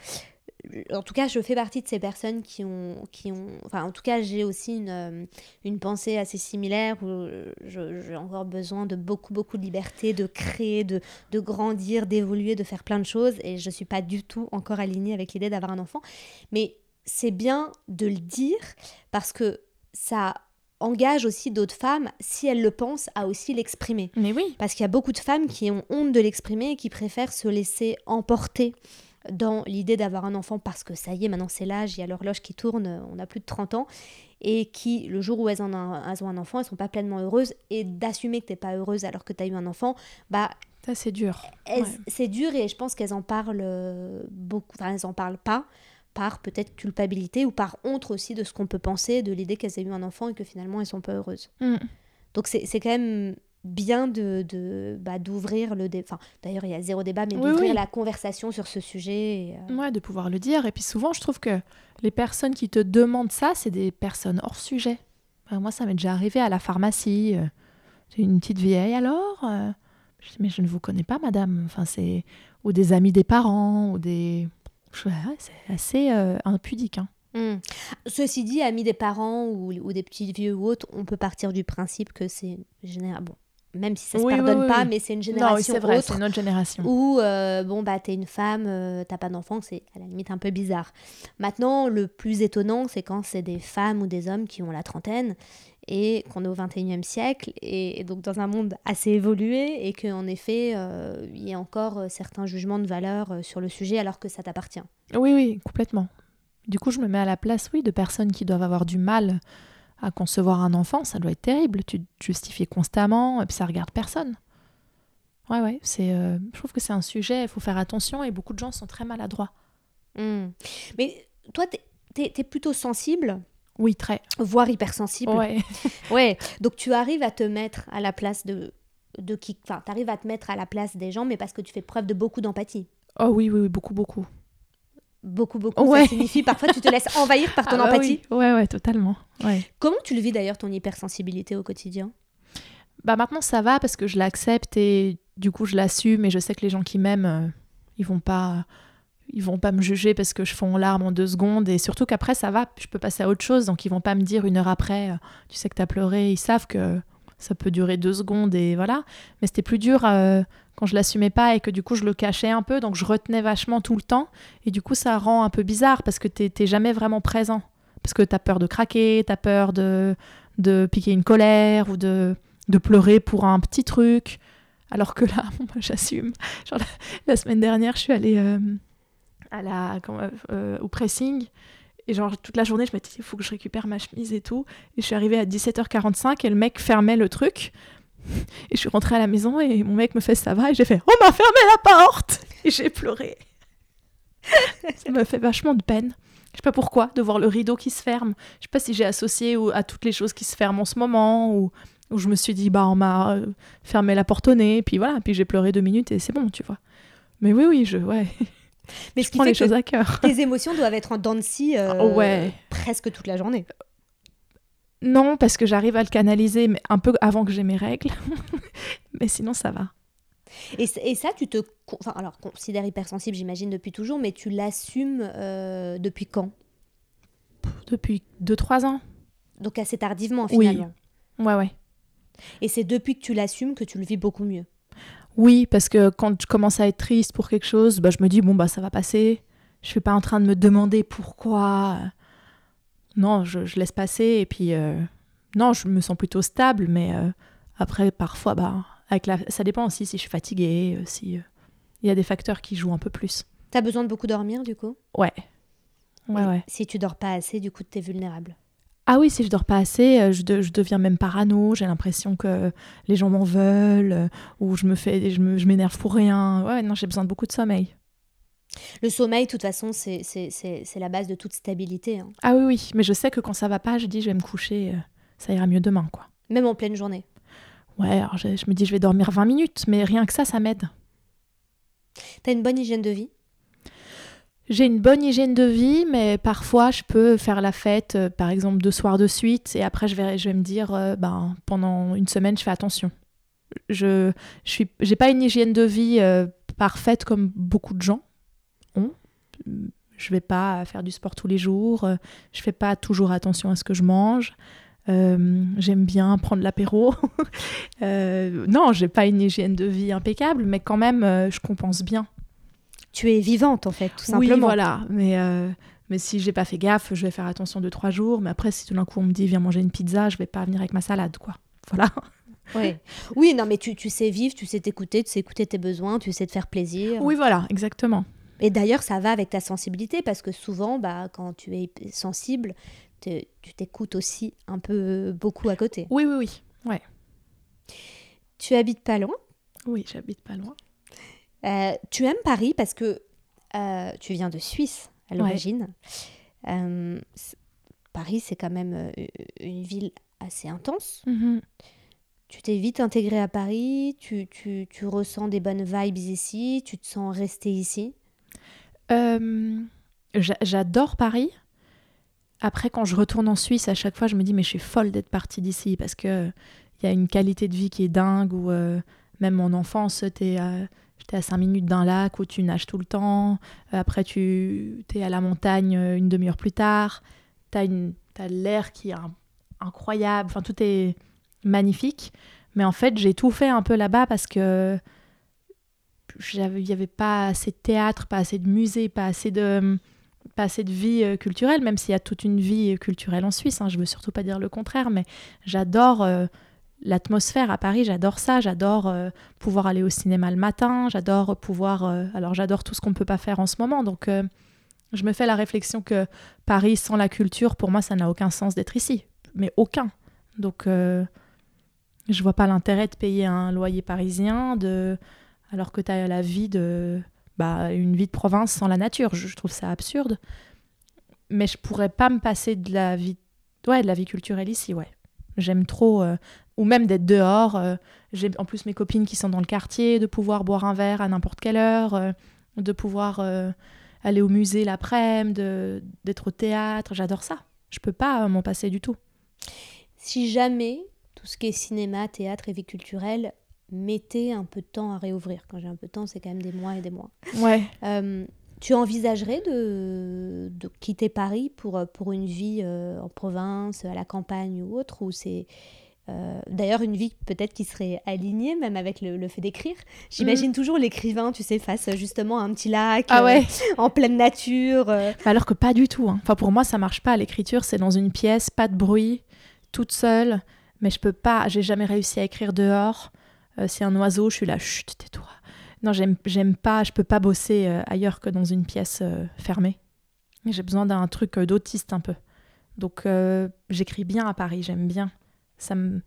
Speaker 1: En tout cas, je fais partie de ces personnes qui ont... Qui ont enfin, en tout cas, j'ai aussi une, euh, une pensée assez similaire où je- j'ai encore besoin de beaucoup, beaucoup de liberté, de créer, de, de grandir, d'évoluer, de faire plein de choses. Et je ne suis pas du tout encore alignée avec l'idée d'avoir un enfant. Mais c'est bien de le dire parce que ça engage aussi d'autres femmes, si elles le pensent, à aussi l'exprimer.
Speaker 2: Mais oui.
Speaker 1: Parce qu'il y a beaucoup de femmes qui ont honte de l'exprimer et qui préfèrent se laisser emporter dans l'idée d'avoir un enfant parce que ça y est, maintenant c'est l'âge, il y a l'horloge qui tourne, on a plus de trente ans, et qui, le jour où elles, en ont, elles ont un enfant, elles sont pas pleinement heureuses, et d'assumer que t'es pas heureuse alors que tu as eu un enfant, bah
Speaker 2: Ça, c'est dur.
Speaker 1: elles-
Speaker 2: Ouais.
Speaker 1: c'est dur, et je pense qu'elles en parlent euh, beaucoup, enfin elles en parlent pas, par peut-être culpabilité ou par honte aussi de ce qu'on peut penser de l'idée qu'elles aient eu un enfant et que finalement elles sont pas heureuses.
Speaker 2: Mm.
Speaker 1: Donc c'est, c'est quand même bien de, de bah, d'ouvrir le débat. Enfin, d'ailleurs, il y a zéro débat, mais
Speaker 2: Oui,
Speaker 1: d'ouvrir
Speaker 2: oui.
Speaker 1: la conversation sur ce sujet. Et, euh,
Speaker 2: Ouais, de pouvoir le dire. Et puis souvent, je trouve que les personnes qui te demandent ça, c'est des personnes hors sujet. Enfin, moi, ça m'est déjà arrivé à la pharmacie. euh, C'est une petite vieille, alors euh, je dis, mais je ne vous connais pas, madame. Enfin, c'est... Ou des amis des parents, ou des... Je- ouais, c'est assez euh, impudique. Hein.
Speaker 1: Mm. Ceci dit, amis des parents ou, ou des petits vieux ou autres, on peut partir du principe que c'est général. Bon, même si ça se
Speaker 2: Oui, oui,
Speaker 1: pardonne
Speaker 2: oui,
Speaker 1: pas,
Speaker 2: oui.
Speaker 1: mais c'est une
Speaker 2: Non, oui,
Speaker 1: génération
Speaker 2: c'est vrai,
Speaker 1: autre
Speaker 2: c'est notre génération.
Speaker 1: où euh, bon bah t'es une femme, euh, t'as pas d'enfant, c'est à la limite un peu bizarre. Maintenant, le plus étonnant, c'est quand c'est des femmes ou des hommes qui ont la trentaine et qu'on est au vingt et unième siècle et, et donc dans un monde assez évolué et qu'en effet euh, il y a encore euh, certains jugements de valeur euh, sur le sujet alors que ça t'appartient.
Speaker 2: Oui, oui, complètement. Du coup, je me mets à la place, oui, de personnes qui doivent avoir du mal à concevoir un enfant. Ça doit être terrible. Tu te justifies constamment et puis ça regarde personne. Ouais, ouais. C'est, euh, je trouve que c'est un sujet, il faut faire attention et beaucoup de gens sont très maladroits.
Speaker 1: Mm. Mais toi, t'es, t'es, t'es plutôt sensible,
Speaker 2: Oui, très.
Speaker 1: voire hypersensible.
Speaker 2: Ouais.
Speaker 1: Ouais. Donc tu arrives à te mettre à la place de, de qui, enfin, t'arrives à te mettre à la place des gens, mais parce que tu fais preuve de beaucoup d'empathie.
Speaker 2: Oh oui, oui, oui, beaucoup, beaucoup.
Speaker 1: Beaucoup, beaucoup.
Speaker 2: Ouais.
Speaker 1: Ça signifie parfois tu te laisses envahir par ton
Speaker 2: Ah bah
Speaker 1: empathie.
Speaker 2: oui. Ouais, ouais, totalement. Ouais.
Speaker 1: Comment tu le vis d'ailleurs ton hypersensibilité au quotidien?
Speaker 2: Bah maintenant ça va parce que je l'accepte et du coup je l'assume et je sais que les gens qui m'aiment, euh, ils vont pas, ils vont pas me juger parce que je fonds en larmes en deux secondes et surtout qu'après ça va, je peux passer à autre chose donc ils vont pas me dire une heure après, euh, tu sais que t'as pleuré, ils savent que ça peut durer deux secondes et voilà. Mais c'était plus dur euh, quand je l'assumais pas et que du coup je le cachais un peu donc je retenais vachement tout le temps et du coup ça rend un peu bizarre parce que t'es, t'es jamais vraiment présent parce que t'as peur de craquer, t'as peur de de piquer une colère ou de de pleurer pour un petit truc, alors que là, bon, moi, j'assume. Genre, la, la semaine dernière, je suis allée euh, à la, comment, euh, au pressing, et genre, toute la journée, je m'étais dit, il faut que je récupère ma chemise et tout, et je suis arrivée à dix-sept heures quarante-cinq, et le mec fermait le truc, et je suis rentrée à la maison, et mon mec me fait, ça va, et j'ai fait, on m'a fermé la porte, et j'ai pleuré. Ça me fait vachement de peine. Je sais pas pourquoi, de voir le rideau qui se ferme. Je sais pas si j'ai associé ou- à toutes les choses qui se ferment en ce moment, ou où je me suis dit, bah, on m'a euh, fermé la porte au nez, puis voilà, puis j'ai pleuré deux minutes et c'est bon, tu vois. Mais oui, oui, je, ouais,
Speaker 1: Mais
Speaker 2: je
Speaker 1: ce qui
Speaker 2: prends
Speaker 1: fait
Speaker 2: les
Speaker 1: que
Speaker 2: choses à cœur.
Speaker 1: tes émotions doivent être en dents de scie euh,
Speaker 2: Oh, ouais.
Speaker 1: presque toute la journée.
Speaker 2: Non, parce que j'arrive à le canaliser mais un peu avant que j'ai mes règles. Mais sinon, ça va.
Speaker 1: Et, c- et ça, tu te... con- Enfin, alors, considère hypersensible, j'imagine, depuis toujours, mais tu l'assumes euh, depuis quand?
Speaker 2: Depuis deux trois ans.
Speaker 1: Donc assez tardivement,
Speaker 2: Oui.
Speaker 1: finalement.
Speaker 2: Ouais, ouais.
Speaker 1: Et c'est depuis que tu l'assumes que tu le vis beaucoup mieux.
Speaker 2: Oui, parce que quand je commence à être triste pour quelque chose, bah, je me dis, bon, bah, ça va passer. Je suis pas en train de me demander pourquoi. Non, je, je laisse passer et puis... euh, non, je me sens plutôt stable, mais euh, après, parfois, bah, avec la... ça dépend aussi si je suis fatiguée, euh, si... euh, il y a des facteurs qui jouent un peu plus.
Speaker 1: T'as besoin de beaucoup dormir, du coup?
Speaker 2: Ouais. Ouais,
Speaker 1: Et
Speaker 2: ouais.
Speaker 1: si tu dors pas assez, du coup, t'es vulnérable.
Speaker 2: Ah oui, si je dors pas assez, euh, je, de- je deviens même parano, j'ai l'impression que les gens m'en veulent, euh, ou je me fais, je me- je m'énerve pour rien. Ouais, non, j'ai besoin de beaucoup de sommeil.
Speaker 1: Le sommeil, de toute façon, c'est, c'est, c'est, c'est la base de toute stabilité, hein.
Speaker 2: Ah oui, oui, mais je sais que quand ça va pas, je dis je vais me coucher, euh, ça ira mieux demain, quoi.
Speaker 1: Même en pleine journée.
Speaker 2: Ouais, alors je, je me dis je vais dormir vingt minutes, mais rien que ça, ça m'aide.
Speaker 1: T'as une bonne hygiène de vie?
Speaker 2: J'ai une bonne hygiène de vie, mais parfois je peux faire la fête, euh, par exemple deux soirs de suite, et après je vais, je vais me dire, euh, ben, pendant une semaine, je fais attention. Je je suis, j'ai pas une hygiène de vie euh, parfaite comme beaucoup de gens ont. Je vais pas faire du sport tous les jours, euh, je fais pas toujours attention à ce que je mange. Euh, j'aime bien prendre l'apéro. euh, non, j'ai pas une hygiène de vie impeccable, mais quand même, euh, je compense bien.
Speaker 1: Tu es vivante, en fait, tout
Speaker 2: Oui,
Speaker 1: simplement.
Speaker 2: voilà. Mais, euh, mais si j'ai pas fait gaffe, je vais faire attention deux, trois jours. Mais après, si tout d'un coup on me dit viens manger une pizza, je vais pas venir avec ma salade, quoi. Voilà.
Speaker 1: Ouais. Oui, non, mais tu, tu sais vivre, tu sais t'écouter, tu sais écouter tes besoins, tu sais te faire plaisir.
Speaker 2: Oui, voilà, exactement.
Speaker 1: Et d'ailleurs, ça va avec ta sensibilité, parce que souvent, bah, quand tu es sensible, te- tu t'écoutes aussi un peu beaucoup à côté.
Speaker 2: Oui, oui, oui. Ouais.
Speaker 1: Tu habites pas loin.
Speaker 2: Oui, j'habite pas loin.
Speaker 1: Euh, tu aimes Paris parce que euh, tu viens de Suisse à l'origine. Euh, c- Paris, c'est quand même euh, une ville assez intense.
Speaker 2: Mhm.
Speaker 1: Tu t'es vite intégré à Paris, tu, tu, tu ressens des bonnes vibes ici, tu te sens resté ici.
Speaker 2: Euh, j'a- j'adore Paris. Après, quand je retourne en Suisse, à chaque fois, je me dis mais je suis folle d'être partie d'ici parce que il y a une qualité de vie qui est dingue. Ou euh, même en enfance, t'es, euh, J'étais à cinq minutes d'un lac où tu nages tout le temps. Après, tu es à la montagne une demi-heure plus tard. Tu as l'air qui est un, incroyable. Enfin, tout est magnifique. Mais en fait, j'ai tout fait un peu là-bas parce que il n'y avait pas assez de théâtre, pas assez de musée, pas assez de, pas assez de vie euh, culturelle, même s'il y a toute une vie culturelle en Suisse. Hein, je ne veux surtout pas dire le contraire, mais j'adore... Euh, l'atmosphère à Paris, j'adore ça, j'adore euh, pouvoir aller au cinéma le matin, j'adore pouvoir... Euh, alors j'adore tout ce qu'on ne peut pas faire en ce moment, donc euh, je me fais la réflexion que Paris sans la culture, pour moi, ça n'a aucun sens d'être ici, mais aucun. Donc euh, je ne vois pas l'intérêt de payer un loyer parisien, de... alors que tu as la vie de... Bah, une vie de province sans la nature, je, je trouve ça absurde. Mais je ne pourrais pas me passer de la vie, ouais, de la vie culturelle ici, ouais. J'aime trop... Euh, ou même d'être dehors. Euh, j'ai en plus mes copines qui sont dans le quartier, de pouvoir boire un verre à n'importe quelle heure, euh, de pouvoir euh, aller au musée l'après-midi, de, d'être au théâtre. J'adore ça. Je peux pas euh, m'en passer du tout.
Speaker 1: Si jamais tout ce qui est cinéma, théâtre et vie culturelle mettait un peu de temps à réouvrir, quand j'ai un peu de temps, c'est quand même des mois et des mois.
Speaker 2: Ouais.
Speaker 1: Euh, tu envisagerais de, de quitter Paris pour, pour une vie euh, en province, à la campagne ou autre, ou c'est... Euh, d'ailleurs, une vie peut-être qui serait alignée même avec le, le fait d'écrire. J'imagine mmh. toujours l'écrivain, tu sais, face justement à un petit lac,
Speaker 2: ah ouais.
Speaker 1: euh, en pleine nature. Euh.
Speaker 2: Alors que pas du tout. Hein. Enfin, pour moi, ça marche pas. L'écriture, c'est dans une pièce, pas de bruit, toute seule. Mais je peux pas, j'ai jamais réussi à écrire dehors. Euh, si un oiseau, je suis là, chut, tais-toi. Non, j'aime, j'aime pas, je peux pas bosser euh, ailleurs que dans une pièce euh, fermée. J'ai besoin d'un truc euh, d'autiste un peu. Donc, euh, j'écris bien à Paris, j'aime bien. Ça me...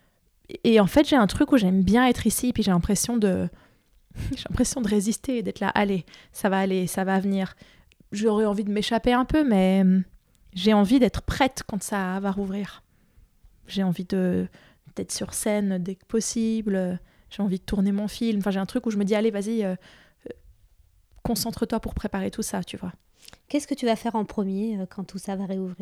Speaker 2: Et en fait, j'ai un truc où j'aime bien être ici, puis j'ai l'impression de, j'ai l'impression de résister, d'être là. Allez, ça va aller, ça va venir. J'aurais envie de m'échapper un peu, mais j'ai envie d'être prête quand ça va rouvrir. J'ai envie de, d'être sur scène dès que possible. J'ai envie de tourner mon film. Enfin, j'ai un truc où je me dis, allez, vas-y, euh, concentre-toi pour préparer tout ça, tu vois.
Speaker 1: Qu'est-ce que tu vas faire en premier euh, quand tout ça va réouvrir ?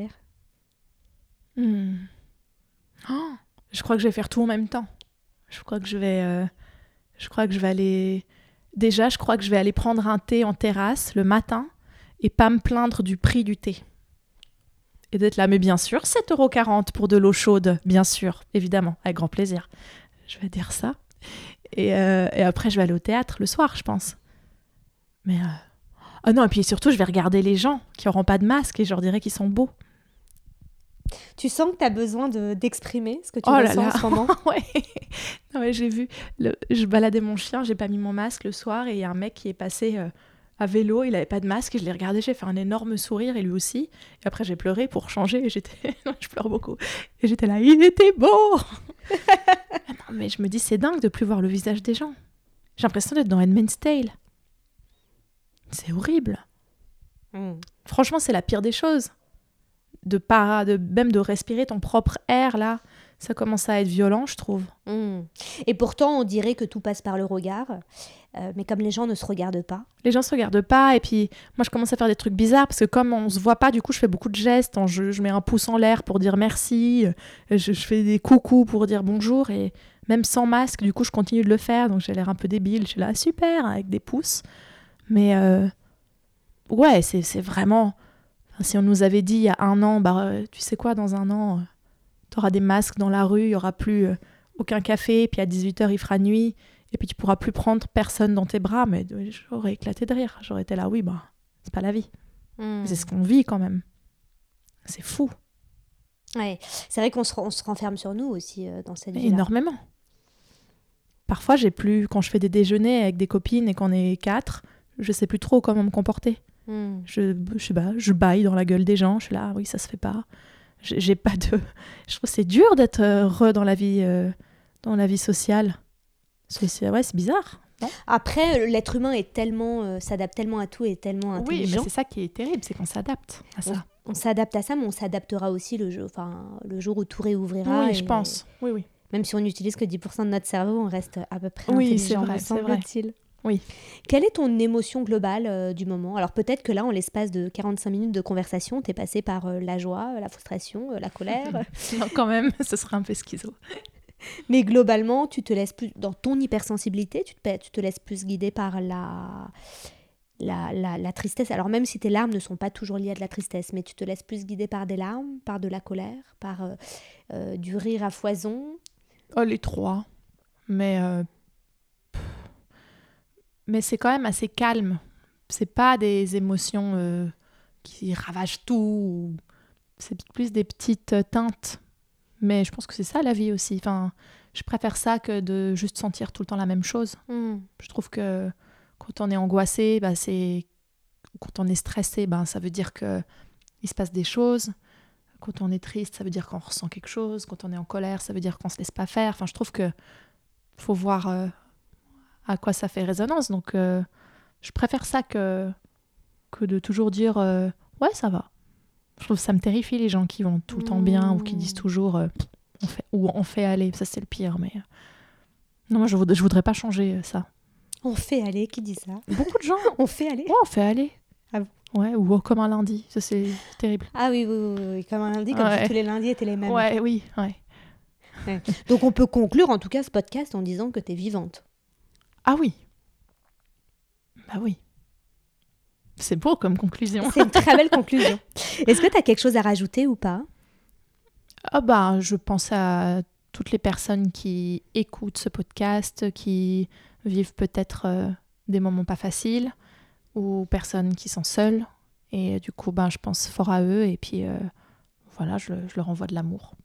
Speaker 2: hmm. Oh, je crois que je vais faire tout en même temps. Je crois que je vais, euh, je crois que je vais aller. Déjà, je crois que je vais aller prendre un thé en terrasse le matin et pas me plaindre du prix du thé. Et d'être là, mais bien sûr, sept euros quarante pour de l'eau chaude, bien sûr, évidemment, avec grand plaisir. Je vais dire ça. Et, euh, et après, je vais aller au théâtre le soir, je pense. Mais euh... ah non, et puis surtout, je vais regarder les gens qui n'auront pas de masque et je leur dirai qu'ils sont beaux.
Speaker 1: Tu sens que tu as besoin de, d'exprimer ce que tu
Speaker 2: oh
Speaker 1: ressens
Speaker 2: là là.
Speaker 1: en ce moment.
Speaker 2: Ouais. Non, mais j'ai vu, le, je baladais mon chien, j'ai pas mis mon masque le soir et il y a un mec qui est passé euh, à vélo, il avait pas de masque et je l'ai regardé, j'ai fait un énorme sourire et lui aussi. Et après j'ai pleuré pour changer et j'étais, je pleure beaucoup. Et j'étais là, il était beau. Non mais je me dis c'est dingue de plus voir le visage des gens. J'ai l'impression d'être dans Handmaid's Tale. C'est horrible. Mm. Franchement c'est la pire des choses. De pas, de même de respirer ton propre air là, ça commence à être violent, je trouve.
Speaker 1: Mmh. Et pourtant, on dirait que tout passe par le regard, euh, mais comme les gens ne se regardent pas.
Speaker 2: Les gens se regardent pas, et puis moi je commence à faire des trucs bizarres parce que comme on se voit pas, du coup je fais beaucoup de gestes. Je, je mets un pouce en l'air pour dire merci, je, je fais des coucous pour dire bonjour, et même sans masque, du coup je continue de le faire, donc j'ai l'air un peu débile. Je suis là super avec des pouces, mais euh, ouais, c'est, c'est vraiment. Si on nous avait dit il y a un an, bah, euh, tu sais quoi, dans un an, euh, tu auras des masques dans la rue, il n'y aura plus euh, aucun café, puis à dix-huit heures, il fera nuit, et puis tu pourras plus prendre personne dans tes bras, mais euh, j'aurais éclaté de rire. J'aurais été là, oui, bah, c'est pas la vie. Mmh. C'est ce qu'on vit quand même. C'est fou.
Speaker 1: Ouais, c'est vrai qu'on se, on se renferme sur nous aussi euh, dans cette vie-là.
Speaker 2: Énormément. Parfois, j'ai plus, quand je fais des déjeuners avec des copines et qu'on est quatre, je sais plus trop comment me comporter. Mm. Je, je sais pas, je baille dans la gueule des gens, je suis là, oui, ça se fait pas. J'ai, j'ai pas de... Je trouve que c'est dur d'être heureux dans la vie, euh, dans la vie sociale. C'est, c'est, ouais, c'est bizarre. Non
Speaker 1: Après, l'être humain est tellement, euh, s'adapte tellement à tout et tellement intelligent.
Speaker 2: Oui, mais c'est ça qui est terrible, c'est qu'on s'adapte à ça.
Speaker 1: On, on s'adapte à ça, mais on s'adaptera aussi le jour, enfin, le jour où tout réouvrira.
Speaker 2: Oui,
Speaker 1: et,
Speaker 2: je pense. Oui, oui.
Speaker 1: Même si on n'utilise que dix pour cent de notre cerveau, on reste à peu près
Speaker 2: oui,
Speaker 1: intelligent,
Speaker 2: c'est vrai,
Speaker 1: me semble-t-il.
Speaker 2: C'est vrai. Oui.
Speaker 1: Quelle est ton émotion globale euh, du moment ? Alors peut-être que là, en l'espace de quarante-cinq minutes de conversation, t'es passé par euh, la joie, la frustration, euh, la colère.
Speaker 2: Non, quand même, ce serait un peu schizo.
Speaker 1: Mais globalement, tu te laisses plus, dans ton hypersensibilité, tu te, tu te laisses plus guider par la, la, la, la tristesse. Alors même si tes larmes ne sont pas toujours liées à de la tristesse, mais tu te laisses plus guider par des larmes, par de la colère, par euh, euh, du rire à foison.
Speaker 2: Oh, les trois. Mais, euh, mais c'est quand même assez calme. C'est pas des émotions euh, qui ravagent tout. C'est plus des petites teintes. Mais je pense que c'est ça la vie aussi. Enfin, je préfère ça que de juste sentir tout le temps la même chose.
Speaker 1: Mm.
Speaker 2: Je trouve que quand on est angoissé, bah c'est... quand on est stressé, bah ça veut dire qu'il se passe des choses. Quand on est triste, ça veut dire qu'on ressent quelque chose. Quand on est en colère, ça veut dire qu'on ne se laisse pas faire. Enfin, je trouve qu'il faut voir euh, à quoi ça fait résonance. Donc, euh, je préfère ça que, que de toujours dire euh, « ouais, ça va ». Je trouve que ça me terrifie, les gens qui vont tout le temps bien, mmh. ou qui disent toujours euh, on fait, ou on fait aller. Ça, c'est le pire. Mais euh, non, moi, je ne voudrais, je voudrais pas changer ça.
Speaker 1: On fait aller, qui dit ça?
Speaker 2: Beaucoup de gens.
Speaker 1: On fait aller?
Speaker 2: Ouais, on fait aller.
Speaker 1: Ah bon?
Speaker 2: Ouais, ou oh, comme un lundi. Ça, c'est terrible.
Speaker 1: Ah oui, oui, oui, oui. Comme un lundi, comme
Speaker 2: ouais.
Speaker 1: si tous les lundis étaient les mêmes.
Speaker 2: Ouais, oui, ouais.
Speaker 1: ouais. Donc, on peut conclure, en tout cas, ce podcast en disant que tu es vivante.
Speaker 2: Ah oui. Bah oui. C'est beau comme conclusion.
Speaker 1: C'est une très belle conclusion. Est-ce que tu as quelque chose à rajouter ou pas?
Speaker 2: Ah bah, je pense à toutes les personnes qui écoutent ce podcast, qui vivent peut-être euh, des moments pas faciles, ou personnes qui sont seules. Et du coup, ben, je pense fort à eux. Et puis, euh, voilà, je, je leur envoie de l'amour.